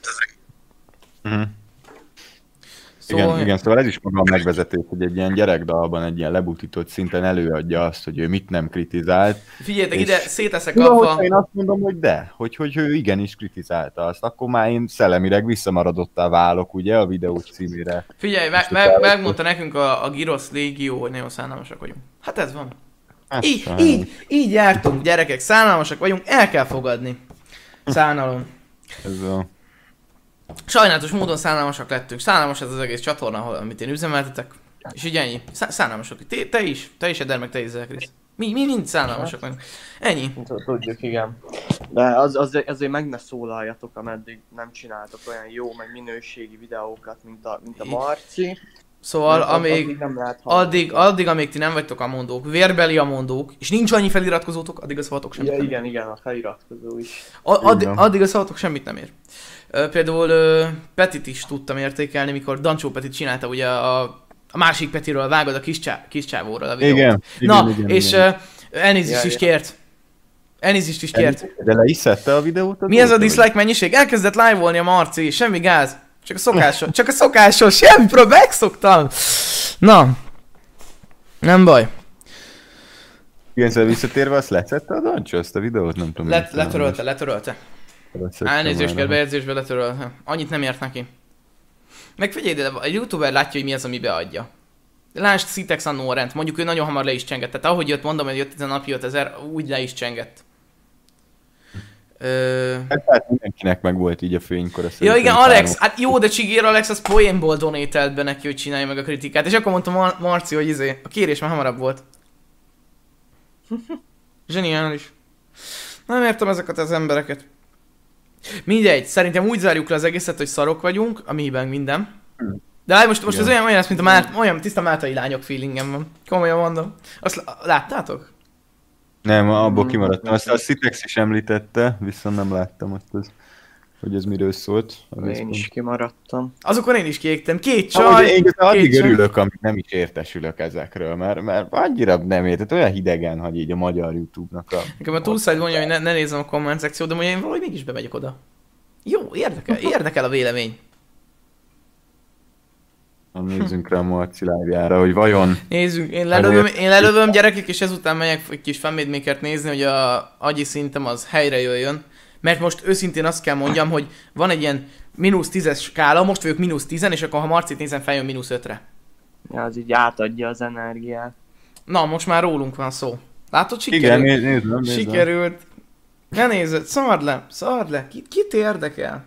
Szóval... Igen, szóval ez is maga a megvezetés, hogy egy ilyen gyerekdalban, egy ilyen lebutított szinten előadja azt, hogy ő mit nem kritizált. Figyeljetek, ide széteszek abba... Én azt mondom, hogy hogy ő igenis kritizálta azt, akkor már én szellemileg visszamaradottá válok, ugye, a videó címére. Figyelj, megmondta nekünk a Gyrosz Légió, hogy nagyon szánalmasak vagyunk. Hát ez van. Hát, így jártunk, gyerekek, szánalmasak vagyunk, el kell fogadni. Szánalom. Ez a... Sajnálatos módon szánalmasak lettünk. Szánalmas ez az egész csatorna, amit én üzemeltetek. És így ennyi. Szánalmasok. Te is, Eder, meg te is, Krisz. Mi mind szánalmasak vagyunk. Ennyi. Tudjuk, igen. De azért meg ne szólaljatok, ameddig nem csináltok olyan jó, meg minőségi videókat, mint a Marci. Szóval addig, amíg ti nem vagytok amondók, vérbeli amondók, és nincs annyi feliratkozótok, addig a szavatok semmit nem ér. Igen, a feliratkozó is. Addig a szavatok semmit nem ér. Például Petit is tudtam értékelni, mikor Dancsó Petit csinálta ugye a másik Petiről vágod a kis csávóról a videót. Igen, és elnézést is kért. Elnézést is kért. De le is szedte a videót? Mi ez a dislike mennyiség? Elkezdett live-olni a Marci, semmi gáz. Csak a szokásos, semmi megszoktam. Na. Nem baj. Igen, szóval visszatérve azt leszette a Dancsó ezt a videót? Nem tudom. Letörölte. Elnézést kell, bejegyzésbe letörölte. Annyit nem ért neki. Meg figyelj, de a youtuber látja, hogy mi az, ami beadja. Lásd Citex annó rend, mondjuk ő nagyon hamar le is csengett. Tehát ahogy jött, mondom, hogy jött ez a napi 5000, úgy le is csengett. Hát mindenkinek meg volt így a fénykor. Ja igen, Alex, hát jó, de Csigér Alex az poénból donatelt be neki, hogy csinálja meg a kritikát. És akkor mondta Marci, hogy a kérés már hamarabb volt. Zseniális. Nem értem ezeket az embereket. Mindegy, szerintem úgy zárjuk le az egészet, hogy szarok vagyunk, amiben minden. De most ez olyan lesz, mint olyan tiszta máltai lányok feelingem van. Komolyan mondom. Azt láttátok? Nem, abból kimaradtam. Azt a Citex is említette, viszont nem láttam azt, hogy ez miről szólt. Én is kimaradtam. Azokon én is kiégtem. Két csaj. Én addig örülök, amíg nem is értesülök ezekről, mert annyira nem érted, olyan hidegen, hogy így a magyar YouTube-nak a... Nekem a túlszájd mondja, hogy ne nézzem a komment szekciót, de mondja, én valahogy mégis bemegyek oda. Jó, érdekel a vélemény. Nézzünk rá a Marci live-jára, hogy vajon... Nézzünk, én lelövöm gyerekek, és ezután megyek egy kis fanmade-makert nézni, hogy a agyi szintem az helyre jöjjön. Mert most őszintén azt kell mondjam, hogy van egy ilyen -10-es skála, most vagyok -10, és akkor ha Marcit nézem, feljön -5-re. Ja, az így átadja az energiát. Na, most már rólunk van szó. Látod, sikerült? Igen, nézem. Sikerült. Ne nézed, szard le. Kit érdekel?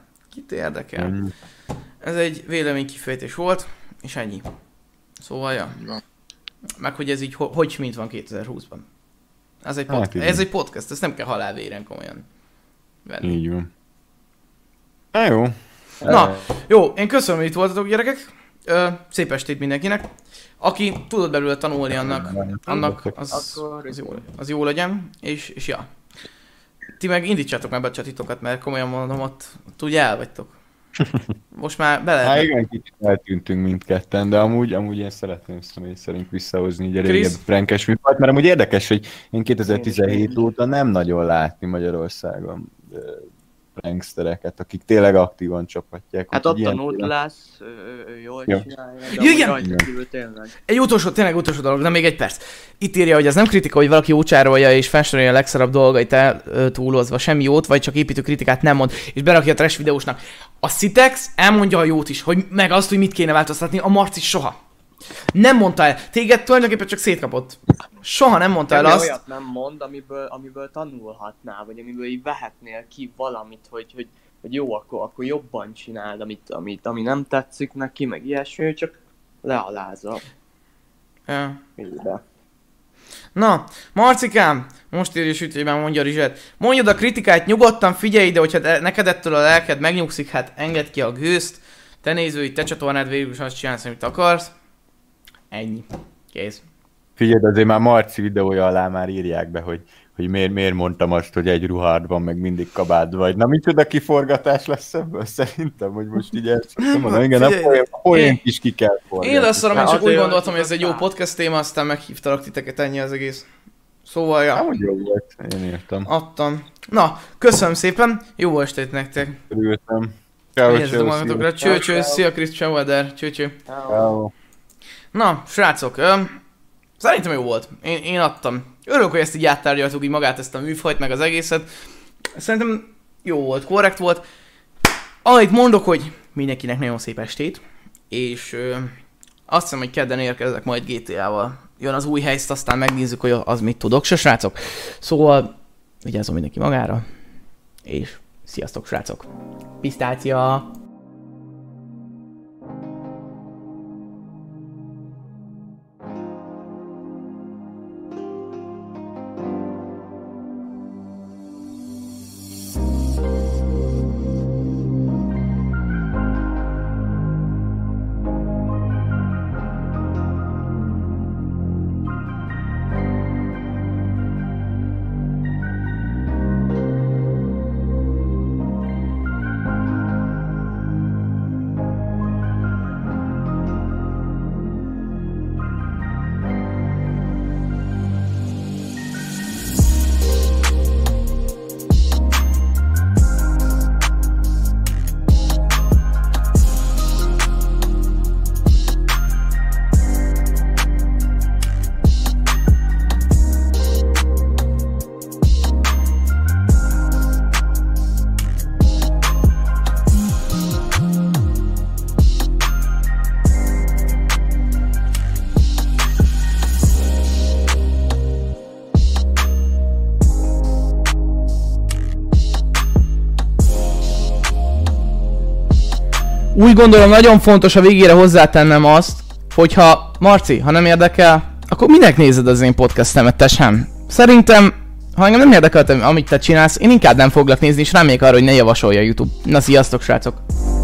Ez egy véleménykifejtés volt, és ennyi. Szóval, ja. Meg hogy ez így, hogy mint van 2020-ban. Ez egy podcast, ezt nem kell halálvéren komolyan venni. Így van. Jó. Na, jó, én köszönöm, hogy itt voltatok, gyerekek. Szép estét mindenkinek. Aki tudod belőle tanulni, annak az jó legyen, és ja. Ti meg indítsátok már be a csatitokat, mert komolyan mondom, ott ugye el vagytok. Most már bele... Hát igen, kicsit eltűntünk mindketten, de amúgy én szeretném személy szerint visszahozni így a régebbi prankes műfajt, mert amúgy érdekes, hogy én 2017 óta nem nagyon látni Magyarországon prankstereket, akik tényleg aktívan csaphatják. Hát ott a Nudlász, jól csinálja, de igen. Tényleg. Egy utolsó dolog, de még egy perc. Itt írja, hogy ez nem kritika, hogy valaki úcsárolja és felsorolja a legszarabb dolgait eltúlozva, semmi jót, vagy csak építő kritikát nem mond, és berakja a trash videósnak. A Citex elmondja a jót is, hogy meg azt, hogy mit kéne változtatni, a Marci soha. Nem mondta el. Téged tulajdonképpen csak szétkapott. Soha nem mondta el azt. Olyat nem mond, amiből tanulhatnál, vagy amiből így vehetnél ki valamit, hogy jó, akkor jobban csináld, ami nem tetszik neki, meg ilyesmi, csak lealázza. Ja. Na, Marcikám, most írja sütőben, mondja Rizsett. Mondjad a kritikát, nyugodtan figyelj ide, hogyha neked ettől a lelked megnyugszik, hát engedd ki a gőzt. Te nézőid, te csatornád, végül is azt csinálsz, amit akarsz. Ennyi. Kész. Figyeld, azért már Marci videója alá már írják be, hogy miért mondtam azt, hogy egy ruhád van, meg mindig kabád vagy. Na, micsoda kiforgatás lesz ebből? Szerintem, hogy most így mondom, igen, a poént is ki kell forgatni. Én leszarom, én csak úgy gondoltam, hogy ez egy jó podcast téma, aztán meghívtalak titeket, ennyi az egész. Szóval, ja. Nem, jó volt, én értem. Adtam. Na, köszönöm szépen, jó estét nektek. Örültem. Cső, szia Krisz, ciao Eder, cső. Na, srácok, szerintem jó volt. Én adtam. Örülök, hogy ezt így áttárgyaltuk, így magát ezt a műfajt, meg az egészet. Szerintem jó volt, korrekt volt. Annyit mondok, hogy mindenkinek nagyon szép estét, és azt hiszem, hogy kedden érkezek majd GTA-val. Jön az új helyzt, aztán megnézzük, hogy az mit tudok, se srácok. Szóval vigyázzon mindenki magára, és sziasztok, srácok. Pisztácia! Úgy gondolom, nagyon fontos a végére hozzátennem azt, hogyha Marci, ha nem érdekel, akkor minek nézed az én podcastemet, te sem? Szerintem, ha engem nem érdekel, amit te csinálsz, én inkább nem foglak nézni, és reméljük arra, hogy ne javasolja YouTube. Na, sziasztok, srácok!